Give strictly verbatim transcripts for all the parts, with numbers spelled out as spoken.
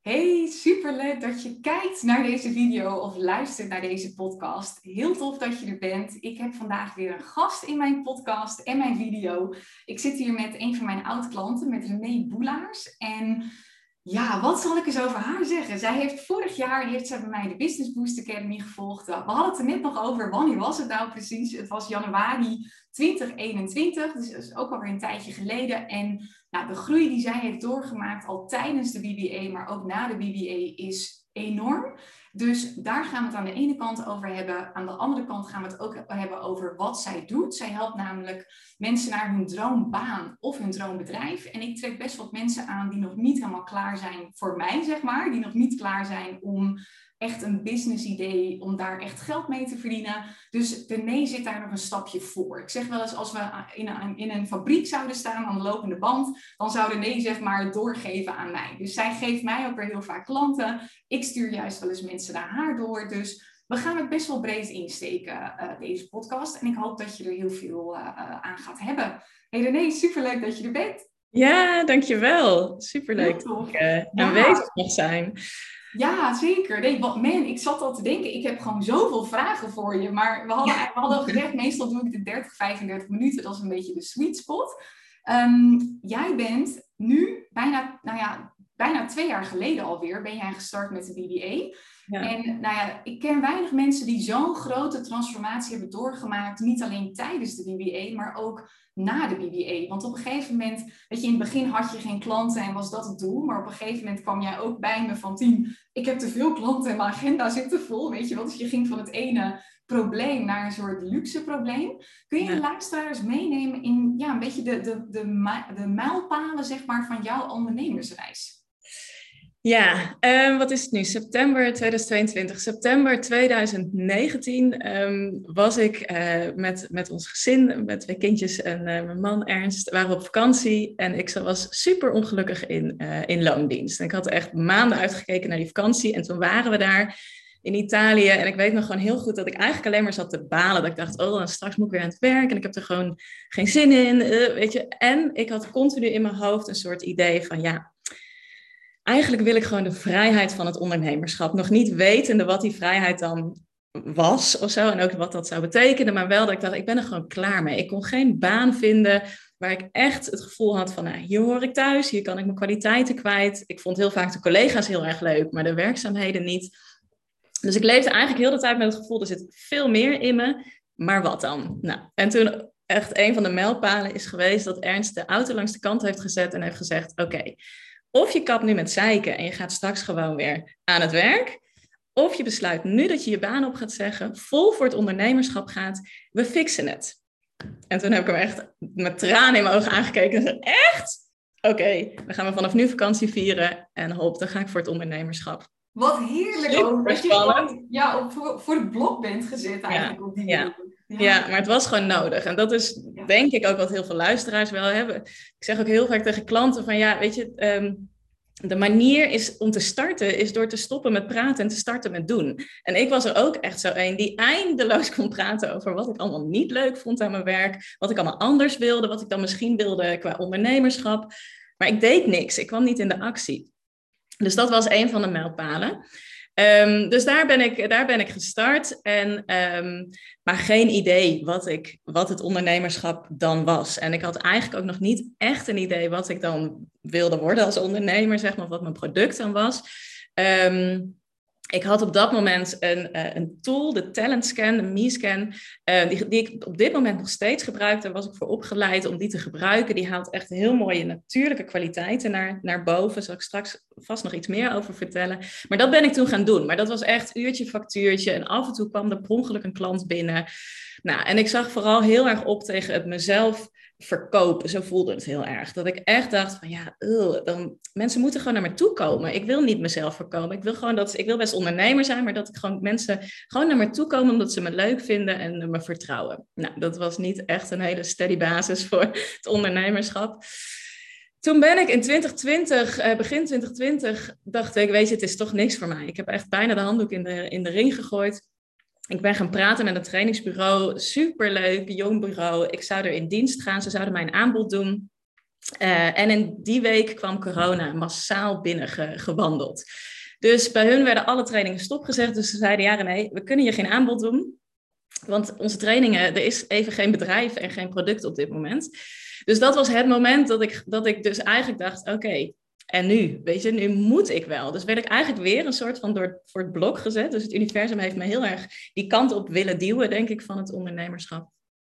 Hey, superleuk dat je kijkt naar deze video of luistert naar deze podcast. Heel tof dat je er bent. Ik heb vandaag weer een gast in mijn podcast en mijn video. Ik zit hier met een van mijn oud-klanten, met René Boelaars. En ja, wat zal ik eens over haar zeggen? Zij heeft vorig jaar heeft zij bij mij de Business Boost Academy gevolgd. We hadden het er net nog over, wanneer was het nou precies? Het was januari twintig eenentwintig, dus dat is ook alweer een tijdje geleden. En nou, de groei die zij heeft doorgemaakt al tijdens de B B A, maar ook na de B B A, is enorm. Dus daar gaan we het aan de ene kant over hebben. Aan de andere kant gaan we het ook hebben over wat zij doet. Zij helpt namelijk mensen naar hun droombaan of hun droombedrijf. En ik trek best wat mensen aan die nog niet helemaal klaar zijn voor mij, zeg maar. Die nog niet klaar zijn om echt een business idee, om daar echt geld mee te verdienen. Dus René zit daar nog een stapje voor. Ik zeg wel eens, als we in een, in een fabriek zouden staan aan de lopende band, dan zou René zeg maar het doorgeven aan mij. Dus zij geeft mij ook weer heel vaak klanten. Ik stuur juist wel eens mensen naar haar door. Dus we gaan het best wel breed insteken, uh, deze podcast. En ik hoop dat je er heel veel uh, uh, aan gaat hebben. Hey René, superleuk dat je er bent. Ja, dankjewel. Superleuk dat ik uh, aanwezig mag zijn. Ja, zeker. Nee, wat, man, ik zat al te denken, ik heb gewoon zoveel vragen voor je. Maar we hadden, we hadden al gezegd, meestal doe ik de dertig, vijfendertig minuten. Dat is een beetje de sweet spot. Um, jij bent nu, bijna, nou ja, bijna twee jaar geleden alweer, ben jij gestart met de B B A. Ja. En nou ja, ik ken weinig mensen die zo'n grote transformatie hebben doorgemaakt. Niet alleen tijdens de B B A, maar ook na de B B A. Want op een gegeven moment, weet je, in het begin had je geen klanten en was dat het doel. Maar op een gegeven moment kwam jij ook bij me van, Tien, ik heb te veel klanten en mijn agenda zit te vol. Weet je wat? Dus je ging van het ene probleem naar een soort luxe probleem. Kun je de luisteraars meenemen in ja, een beetje de, de, de, de mijlpalen, zeg maar, van jouw ondernemersreis? Ja, um, wat is het nu? September tweeduizend tweeëntwintig. September tweeduizend negentien um, was ik uh, met, met ons gezin, met twee kindjes en uh, mijn man Ernst, waren we op vakantie. En ik was super ongelukkig in, uh, in loondienst. En ik had echt maanden uitgekeken naar die vakantie. En toen waren we daar in Italië. En ik weet nog gewoon heel goed dat ik eigenlijk alleen maar zat te balen. Dat ik dacht, oh, en straks moet ik weer aan het werk. En ik heb er gewoon geen zin in, uh, weet je. En ik had continu in mijn hoofd een soort idee van, ja, eigenlijk wil ik gewoon de vrijheid van het ondernemerschap. Nog niet wetende wat die vrijheid dan was of zo. En ook wat dat zou betekenen. Maar wel dat ik dacht, ik ben er gewoon klaar mee. Ik kon geen baan vinden waar ik echt het gevoel had van, nou, hier hoor ik thuis. Hier kan ik mijn kwaliteiten kwijt. Ik vond heel vaak de collega's heel erg leuk, maar de werkzaamheden niet. Dus ik leefde eigenlijk heel de tijd met het gevoel, er zit veel meer in me. Maar wat dan? Nou, en toen echt een van de mijlpalen is geweest dat Ernst de auto langs de kant heeft gezet en heeft gezegd, oké, okay, of je kapt nu met zeiken en je gaat straks gewoon weer aan het werk. Of je besluit nu dat je je baan op gaat zeggen, vol voor het ondernemerschap gaat. We fixen het. En toen heb ik hem echt met tranen in mijn ogen aangekeken en zei, echt? Oké, okay, dan gaan we vanaf nu vakantie vieren en hop, dan ga ik voor het ondernemerschap. Wat heerlijk ook, dat je gewoon ja, op, voor, voor het blok bent gezet eigenlijk ja, op die ja. Ja. ja, maar het was gewoon nodig. En dat is ja. denk ik ook wat heel veel luisteraars wel hebben. Ik zeg ook heel vaak tegen klanten van ja, weet je, um, de manier is om te starten is door te stoppen met praten en te starten met doen. En ik was er ook echt zo een die eindeloos kon praten over wat ik allemaal niet leuk vond aan mijn werk, wat ik allemaal anders wilde, wat ik dan misschien wilde qua ondernemerschap. Maar ik deed niks, ik kwam niet in de actie. Dus dat was een van de mijlpalen. Um, dus daar ben ik, daar ben ik gestart. En, um, maar geen idee wat, ik, wat het ondernemerschap dan was. En ik had eigenlijk ook nog niet echt een idee wat ik dan wilde worden als ondernemer, zeg maar, wat mijn product dan was. Um, Ik had op dat moment een, uh, een tool, de Talent Scan, de MeScan, uh, die, die ik op dit moment nog steeds gebruik. Daar was ik voor opgeleid om die te gebruiken. Die haalt echt heel mooie natuurlijke kwaliteiten naar, naar boven. Daar zal ik straks vast nog iets meer over vertellen. Maar dat ben ik toen gaan doen. Maar dat was echt uurtje, factuurtje. En af en toe kwam er per ongeluk een klant binnen. Nou, en ik zag vooral heel erg op tegen het mezelf verkopen. Zo voelde het heel erg. Dat ik echt dacht van ja, ugh, dan, mensen moeten gewoon naar me toe komen. Ik wil niet mezelf verkopen. Ik wil gewoon dat, ik wil best ondernemer zijn, maar dat ik gewoon mensen gewoon naar me toe komen omdat ze me leuk vinden en me vertrouwen. Nou, dat was niet echt een hele steady basis voor het ondernemerschap. Toen ben ik in twintig twintig, eh, begin twintig twintig, dacht ik, weet je, het is toch niks voor mij. Ik heb echt bijna de handdoek in de, in de ring gegooid. Ik ben gaan praten met een trainingsbureau, superleuk, jong bureau. Ik zou er in dienst gaan, ze zouden mij een aanbod doen. Uh, en in die week kwam corona massaal binnen ge- gewandeld. Dus bij hun werden alle trainingen stopgezet. Dus ze zeiden, ja René, we kunnen je geen aanbod doen. Want onze trainingen, er is even geen bedrijf en geen product op dit moment. Dus dat was het moment dat ik, dat ik dus eigenlijk dacht, oké, okay, en nu? Weet je, nu moet ik wel. Dus werd ik eigenlijk weer een soort van door, voor het blok gezet. Dus het universum heeft me heel erg die kant op willen duwen, denk ik, van het ondernemerschap.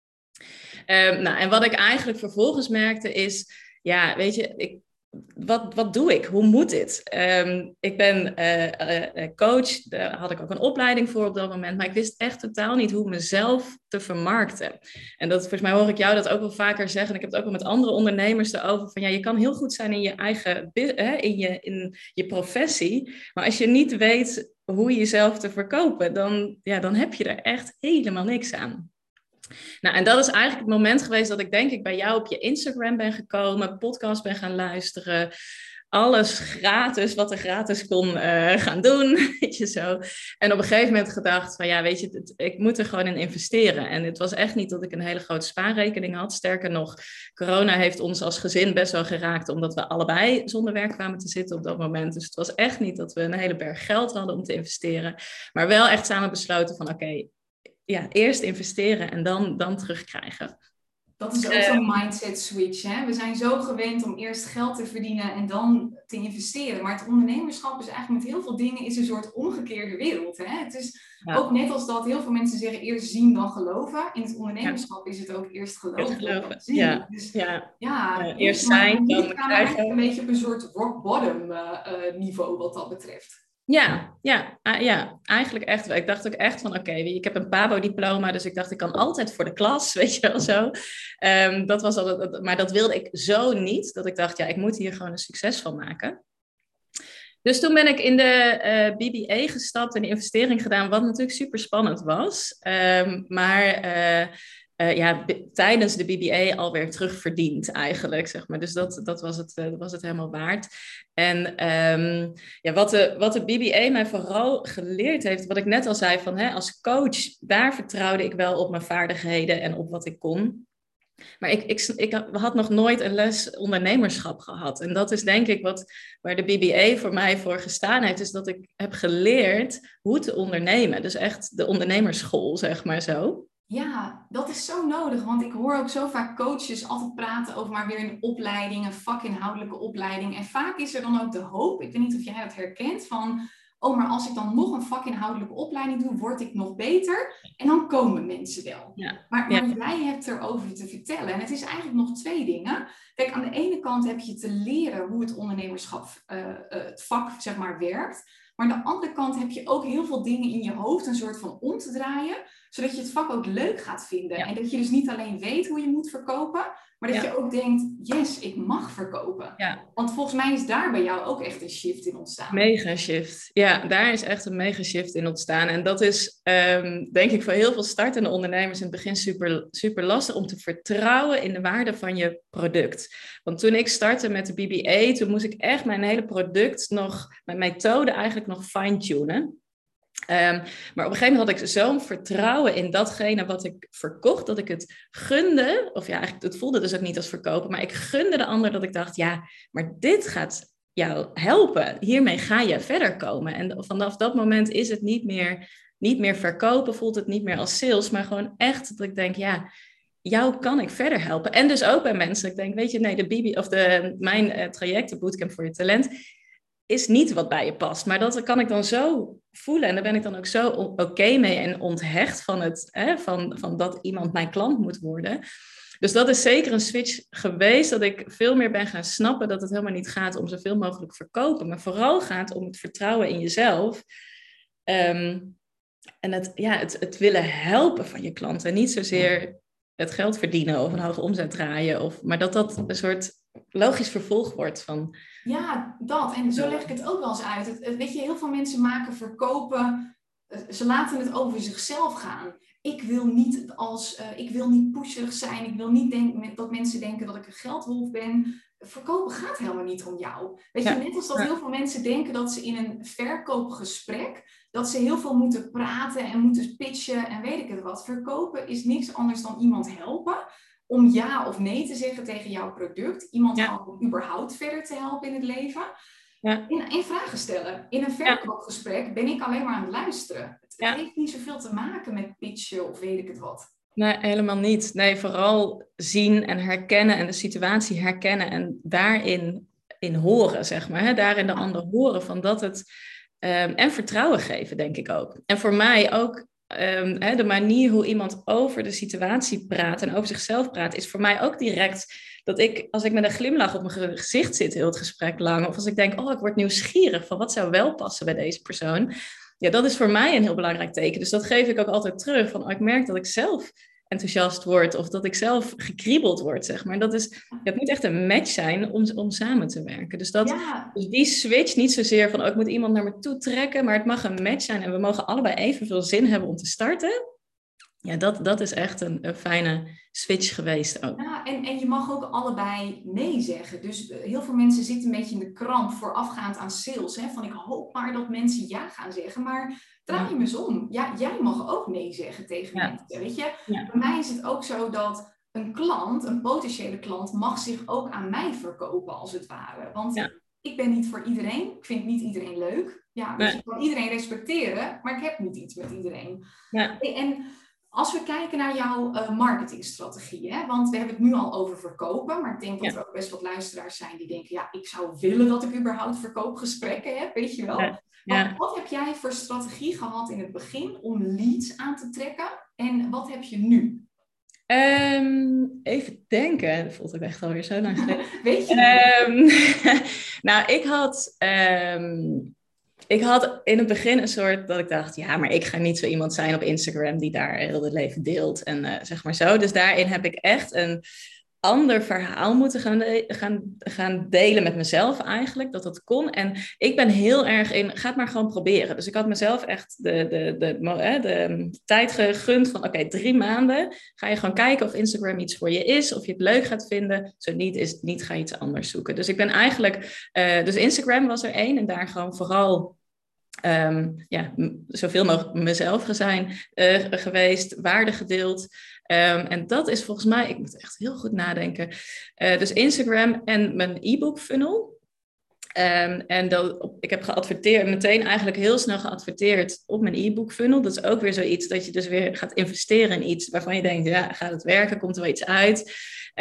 Um, nou, en wat ik eigenlijk vervolgens merkte is, ja, weet je, ik, wat, wat doe ik? Hoe moet dit? Um, ik ben uh, uh, coach, daar had ik ook een opleiding voor op dat moment, maar ik wist echt totaal niet hoe mezelf te vermarkten. En dat, volgens mij hoor ik jou dat ook wel vaker zeggen, en ik heb het ook wel met andere ondernemers erover, van ja, je kan heel goed zijn in je eigen, hè, in je, in je professie, maar als je niet weet hoe je jezelf te verkopen, dan, ja, dan heb je er echt helemaal niks aan. Nou, en dat is eigenlijk het moment geweest dat ik denk ik bij jou op je Instagram ben gekomen, podcast ben gaan luisteren, alles gratis, wat er gratis kon uh, gaan doen, weet je zo. En op een gegeven moment gedacht van ja, weet je, het, ik moet er gewoon in investeren. En het was echt niet dat ik een hele grote spaarrekening had. Sterker nog, corona heeft ons als gezin best wel geraakt, omdat we allebei zonder werk kwamen te zitten op dat moment. Dus het was echt niet dat we een hele berg geld hadden om te investeren, maar wel echt samen besloten van oké, okay, ja, eerst investeren en dan, dan terugkrijgen. Dat is ook uh, zo'n mindset switch. Hè? We zijn zo gewend om eerst geld te verdienen en dan te investeren. Maar het ondernemerschap is eigenlijk met heel veel dingen is een soort omgekeerde wereld. Hè? Het is ja. ook net als dat heel veel mensen zeggen eerst zien dan geloven. In het ondernemerschap ja. is het ook eerst geloven. Eerst geloven. Zien. Ja. Dus, ja. ja, ja. Eerst zijn, dan krijgen. Een beetje op een soort rock bottom uh, uh, niveau wat dat betreft. Ja, ja, uh, ja, eigenlijk echt. Ik dacht ook echt van, oké, okay, ik heb een Pabo-diploma, dus ik dacht, ik kan altijd voor de klas, weet je wel zo. Um, dat was al, maar dat wilde ik zo niet, dat ik dacht, ja, ik moet hier gewoon een succes van maken. Dus toen ben ik in de uh, B B A gestapt en de investering gedaan, wat natuurlijk super spannend was. Um, maar uh, uh, ja, b- tijdens de B B A alweer terugverdiend eigenlijk, zeg maar. Dus dat, dat, was, het, uh, dat was het helemaal waard. En um, ja, wat, de, wat de B B A mij vooral geleerd heeft, wat ik net al zei, van, hè, als coach, daar vertrouwde ik wel op mijn vaardigheden en op wat ik kon. Maar ik, ik, ik had nog nooit een les ondernemerschap gehad. En dat is denk ik wat, waar de B B A voor mij voor gestaan heeft, is dat ik heb geleerd hoe te ondernemen. Dus echt de ondernemersschool, zeg maar zo. Ja, dat is zo nodig, want ik hoor ook zo vaak coaches altijd praten over maar weer een opleiding, een vakinhoudelijke opleiding. En vaak is er dan ook de hoop, ik weet niet of jij dat herkent, van oh, maar als ik dan nog een vakinhoudelijke opleiding doe, word ik nog beter en dan komen mensen wel. Ja, maar, ja. maar jij hebt erover te vertellen en het is eigenlijk nog twee dingen. Kijk, aan de ene kant heb je te leren hoe het ondernemerschap, uh, uh, het vak, zeg maar, werkt. Maar aan de andere kant heb je ook heel veel dingen in je hoofd een soort van om te draaien, zodat je het vak ook leuk gaat vinden. Ja. En dat je dus niet alleen weet hoe je moet verkopen, maar dat ja. je ook denkt, yes, ik mag verkopen. Ja. Want volgens mij is daar bij jou ook echt een shift in ontstaan. Mega shift. Ja, daar is echt een mega shift in ontstaan. En dat is, um, denk ik, voor heel veel startende ondernemers in het begin super, super lastig om te vertrouwen in de waarde van je product. Want toen ik startte met de B B A, toen moest ik echt mijn hele product nog, mijn methode eigenlijk nog fine-tunen. Um, maar op een gegeven moment had ik zo'n vertrouwen in datgene wat ik verkocht, dat ik het gunde, of ja, eigenlijk, het voelde dus ook niet als verkopen, maar ik gunde de ander dat ik dacht, ja, maar dit gaat jou helpen. Hiermee ga je verder komen. En vanaf dat moment is het niet meer, niet meer verkopen, voelt het niet meer als sales, maar gewoon echt dat ik denk, ja, jou kan ik verder helpen. En dus ook bij mensen, ik denk, weet je, nee, de B B, of de, mijn uh, traject, de Bootcamp voor je talent, is niet wat bij je past. Maar dat kan ik dan zo voelen. En daar ben ik dan ook zo oké okay mee en onthecht van, het, hè, van, van dat iemand mijn klant moet worden. Dus dat is zeker een switch geweest. Dat ik veel meer ben gaan snappen dat het helemaal niet gaat om zoveel mogelijk verkopen. Maar vooral gaat om het vertrouwen in jezelf. Um, en het, ja, het, het willen helpen van je klanten. En niet zozeer het geld verdienen of een hoge omzet draaien. Of, maar dat dat een soort logisch vervolg wordt van... Ja, dat. En zo leg ik het ook wel eens uit. Het, het, weet je, heel veel mensen maken verkopen, ze laten het over zichzelf gaan. Ik wil niet als, uh, ik wil niet pusherig zijn. Ik wil niet denk, dat mensen denken dat ik een geldwolf ben. Verkopen gaat helemaal niet om jou. Weet je, ja. Net als dat heel veel mensen denken dat ze in een verkoopgesprek, dat ze heel veel moeten praten en moeten pitchen en weet ik het wat. Verkopen is niks anders dan iemand helpen. om ja of nee te zeggen tegen jouw product. Iemand Ja. gewoon überhaupt verder te helpen in het leven. Ja. En, en vragen stellen. In een verkoopgesprek ben ik alleen maar aan het luisteren. Het, Ja. het heeft niet zoveel te maken met pitchen of weet ik het wat. Nee, helemaal niet. Nee, vooral zien en herkennen en de situatie herkennen en daarin in horen, zeg maar. Hè? Daarin de ander horen van dat het... Um, en vertrouwen geven, denk ik ook. En voor mij ook um, hè, de manier hoe iemand over de situatie praat en over zichzelf praat, is voor mij ook direct dat ik, als ik met een glimlach op mijn gezicht zit heel het gesprek lang, of als ik denk, oh, ik word nieuwsgierig van wat zou wel passen bij deze persoon. Ja, dat is voor mij een heel belangrijk teken. Dus dat geef ik ook altijd terug. Van, oh, ik merk dat ik zelf enthousiast word of dat ik zelf gekriebeld word, zeg maar. Dat is, het moet echt een match zijn om, om samen te werken. Dus, dat, Ja. dus die switch niet zozeer van, oh, ik moet iemand naar me toe trekken, maar het mag een match zijn en we mogen allebei evenveel zin hebben om te starten. Ja, dat, dat is echt een, een fijne switch geweest ook. Ja, en, en je mag ook allebei nee zeggen. Dus uh, heel veel mensen zitten een beetje in de kramp voorafgaand aan sales. Hè? Van ik hoop maar dat mensen ja gaan zeggen. Maar draai je me eens om. Ja, jij mag ook nee zeggen tegen Ja. mensen. Weet je? Ja. Bij mij is het ook zo dat een klant, een potentiële klant, mag zich ook aan mij verkopen als het ware. Want Ja. ik ben niet voor iedereen. Ik vind niet iedereen leuk. Ja, dus Nee. ik kan iedereen respecteren, maar ik heb niet iets met iedereen. Ja. En als we kijken naar jouw uh, marketingstrategie, hè, want we hebben het nu al over verkopen, maar ik denk dat Ja. er ook best wat luisteraars zijn die denken, ja, ik zou willen dat ik überhaupt verkoopgesprekken heb, weet je wel. Ja. Ja. Wat, wat heb jij voor strategie gehad in het begin om leads aan te trekken en wat heb je nu? Um, even denken, dat voelt ook echt alweer zo lang geleden. Weet je um, nou, ik had... Um, Ik had in het begin een soort dat ik dacht, ja, maar ik ga niet zo iemand zijn op Instagram die daar heel het leven deelt en uh, zeg maar zo. Dus daarin heb ik echt een ander verhaal moeten gaan, de- gaan, gaan delen met mezelf eigenlijk, dat dat kon. En ik ben heel erg in, ga het maar gewoon proberen. Dus ik had mezelf echt de, de, de, de, de tijd gegund van, oké, okay, drie maanden ga je gewoon kijken of Instagram iets voor je is, of je het leuk gaat vinden. Zo niet is het niet, ga je iets anders zoeken. Dus ik ben eigenlijk, uh, dus Instagram was er één en daar gewoon vooral... Um, ja, m- zoveel mogelijk mezelf zijn, uh, geweest, waarde gedeeld. Um, en dat is volgens mij, ik moet echt heel goed nadenken. Uh, dus Instagram en mijn e-book funnel. Um, en dat, ik heb geadverteerd, meteen eigenlijk heel snel geadverteerd op mijn e-book funnel. Dat is ook weer zoiets dat je dus weer gaat investeren in iets waarvan je denkt, ja, gaat het werken? Komt er wel iets uit?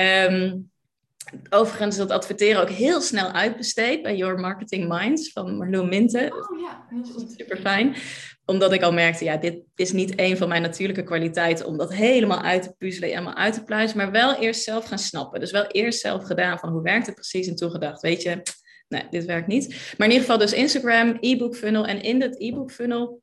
Um, Overigens is dat adverteren ook heel snel uitbesteed bij Your Marketing Minds van Marloes Minte. Oh ja, heel goed. Super fijn. Omdat ik al merkte, ja, dit is niet een van mijn natuurlijke kwaliteiten om dat helemaal uit te puzzelen, helemaal uit te pluizen, maar wel eerst zelf gaan snappen. Dus wel eerst zelf gedaan van hoe werkt het precies en toen gedacht, weet je, nee, dit werkt niet. Maar in ieder geval dus Instagram, e-book funnel en in dat e-book funnel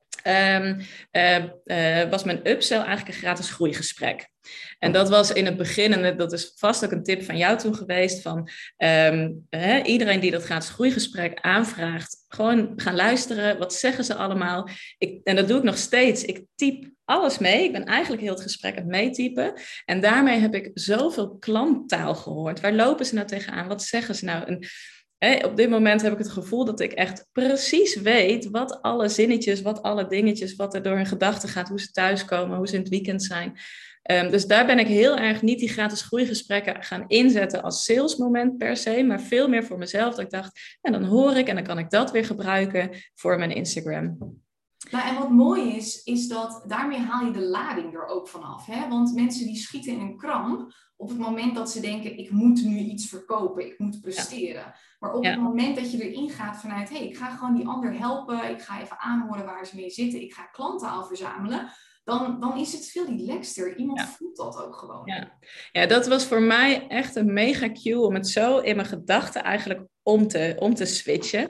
Um, uh, uh, was mijn upsell eigenlijk een gratis groeigesprek. En dat was in het begin, en dat is vast ook een tip van jou toen geweest, van um, uh, iedereen die dat gratis groeigesprek aanvraagt, gewoon gaan luisteren, wat zeggen ze allemaal. Ik, en dat doe ik nog steeds. Ik typ alles mee. Ik ben eigenlijk heel het gesprek aan het meetypen. En daarmee heb ik zoveel klanttaal gehoord. Waar lopen ze nou tegenaan? Wat zeggen ze nou? En, Hey, op dit moment heb ik het gevoel dat ik echt precies weet wat alle zinnetjes, wat alle dingetjes, wat er door hun gedachten gaat, hoe ze thuiskomen, hoe ze in het weekend zijn. Um, dus daar ben ik heel erg niet die gratis groeigesprekken gaan inzetten als salesmoment per se, maar veel meer voor mezelf. Dat ik dacht, ja, dan hoor ik en dan kan ik dat weer gebruiken voor mijn Instagram. Nou, en wat mooi is, is dat daarmee haal je de lading er ook vanaf. Hè? Want mensen die schieten in een kramp op het moment dat ze denken, ik moet nu iets verkopen, ik moet presteren. Ja. Maar op ja. het moment dat je erin gaat vanuit, hé, hey, ik ga gewoon die ander helpen, ik ga even aanhoren waar ze mee zitten, ik ga klanttaal verzamelen, dan, dan is het veel relaxter. Iemand ja. voelt dat ook gewoon. Ja. ja, dat was voor mij echt een mega cue om het zo in mijn gedachten eigenlijk om te, om te switchen.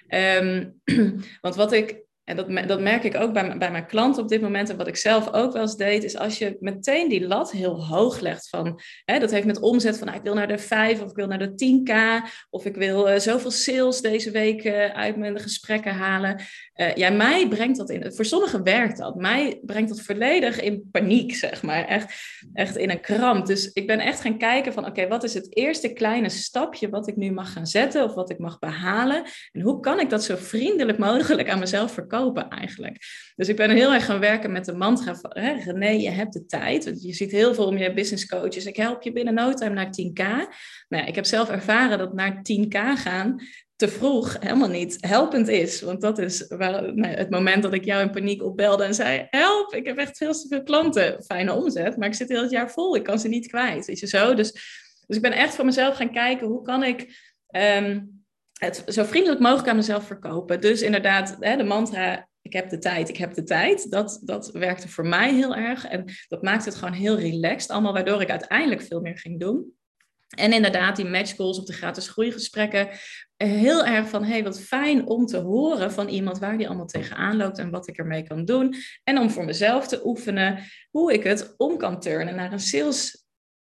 Um, want wat ik... En dat, dat merk ik ook bij, bij mijn klanten op dit moment. En wat ik zelf ook wel eens deed, is als je meteen die lat heel hoog legt. Van, hè, dat heeft met omzet van, nou, ik wil naar de vijf of ik wil naar de tien k. Of ik wil uh, zoveel sales deze week uh, uit mijn gesprekken halen. Uh, ja, mij brengt dat in, voor sommigen werkt dat. Mij brengt dat volledig in paniek, zeg maar. Echt, echt in een kramp. Dus ik ben echt gaan kijken van, oké, okay, wat is het eerste kleine stapje wat ik nu mag gaan zetten? Of wat ik mag behalen? En hoe kan ik dat zo vriendelijk mogelijk aan mezelf verkopen? verkopen eigenlijk. Dus ik ben heel erg gaan werken met de mantra van, hè, René, je hebt de tijd. Want je ziet heel veel om je business coaches. Ik help je binnen no time naar tien k. Nou ja, ik heb zelf ervaren dat naar tien k gaan te vroeg helemaal niet helpend is. Want dat is waar, nou, het moment dat ik jou in paniek opbelde en zei, help, ik heb echt veel te veel klanten. Fijne omzet, maar ik zit heel het jaar vol. Ik kan ze niet kwijt, weet je zo. Dus, dus ik ben echt voor mezelf gaan kijken, hoe kan ik um, het zo vriendelijk mogelijk aan mezelf verkopen. Dus inderdaad, hè, de mantra, ik heb de tijd, ik heb de tijd. Dat, dat werkte voor mij heel erg. En dat maakte het gewoon heel relaxed. Allemaal waardoor ik uiteindelijk veel meer ging doen. En inderdaad, die match calls of de gratis groeigesprekken. Heel erg van, hey, wat fijn om te horen van iemand waar die allemaal tegenaan loopt en wat ik ermee kan doen. En om voor mezelf te oefenen hoe ik het om kan turnen naar een sales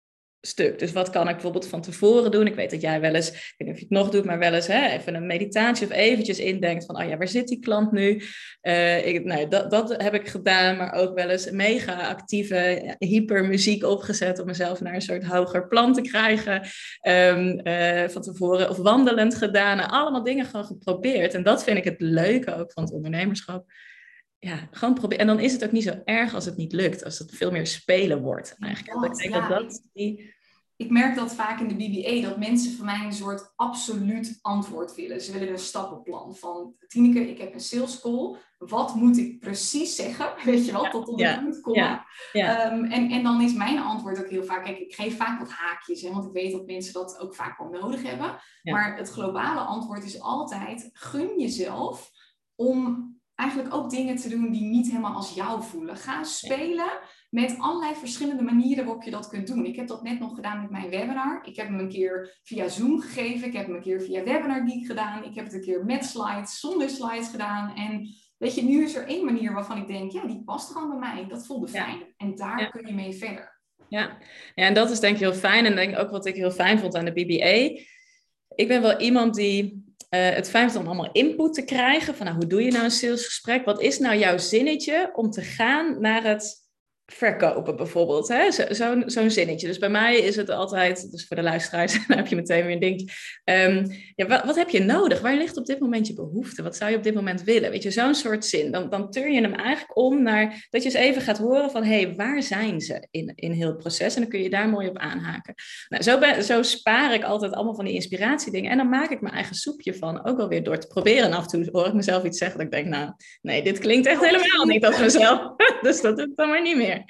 stuk. Dus wat kan ik bijvoorbeeld van tevoren doen? Ik weet dat jij wel eens, ik weet niet of je het nog doet, maar wel eens hè, even een meditatie of eventjes indenkt van, oh ja, waar zit die klant nu? Uh, ik, nou, dat, dat heb ik gedaan, maar ook wel eens mega actieve hypermuziek opgezet om mezelf naar een soort hoger plan te krijgen. Um, uh, van tevoren, of wandelend gedaan. En allemaal dingen gewoon geprobeerd. En dat vind ik het leuke ook van het ondernemerschap. Ja, gewoon proberen. En dan is het ook niet zo erg als het niet lukt. Als het veel meer spelen wordt eigenlijk. Dat, ik denk ja, dat dat die... ik merk dat vaak in de B B A, dat mensen van mij een soort absoluut antwoord willen. Ze willen een stappenplan van, Tineke, ik heb een sales call. Wat moet ik precies zeggen? Weet je wel, ja, tot op de ja, punt komen. Ja, ja. Um, en, en dan is mijn antwoord ook heel vaak, kijk, ik geef vaak wat haakjes. Hè, want ik weet dat mensen dat ook vaak wel nodig hebben. Ja. Maar het globale antwoord is altijd, gun jezelf om eigenlijk ook dingen te doen die niet helemaal als jou voelen. Ga spelen met allerlei verschillende manieren waarop je dat kunt doen. Ik heb dat net nog gedaan met mijn webinar. Ik heb hem een keer via Zoom gegeven. Ik heb hem een keer via Webinar Geek gedaan. Ik heb het een keer met slides, zonder slides gedaan. En weet je, nu is er één manier waarvan ik denk, ja, die past gewoon bij mij. Dat voelde fijn. Ja. En daar ja. kun je mee verder. Ja. ja, en dat is denk ik heel fijn. En denk ik ook wat ik heel fijn vond aan de B B A. Ik ben wel iemand die... Uh, het fijn is om allemaal input te krijgen. Van nou, hoe doe je nou een salesgesprek? Wat is nou jouw zinnetje om te gaan naar het verkopen bijvoorbeeld? Hè? Zo, zo'n, zo'n zinnetje. Dus bij mij is het altijd, dus voor de luisteraars, dan heb je meteen weer een ding. Um, ja, wat, wat heb je nodig? Waar ligt op dit moment je behoefte? Wat zou je op dit moment willen? Weet je, zo'n soort zin. Dan, dan turn je hem eigenlijk om naar dat je eens even gaat horen van, hé, hey, waar zijn ze in, in heel het proces? En dan kun je daar mooi op aanhaken. Nou, zo, ben, zo spaar ik altijd allemaal van die inspiratiedingen. En dan maak ik mijn eigen soepje van. Ook alweer door te proberen. En af en toe hoor ik mezelf iets zeggen dat ik denk, nou, nee, dit klinkt echt helemaal niet als mezelf. Dus dat doe ik dan maar niet meer.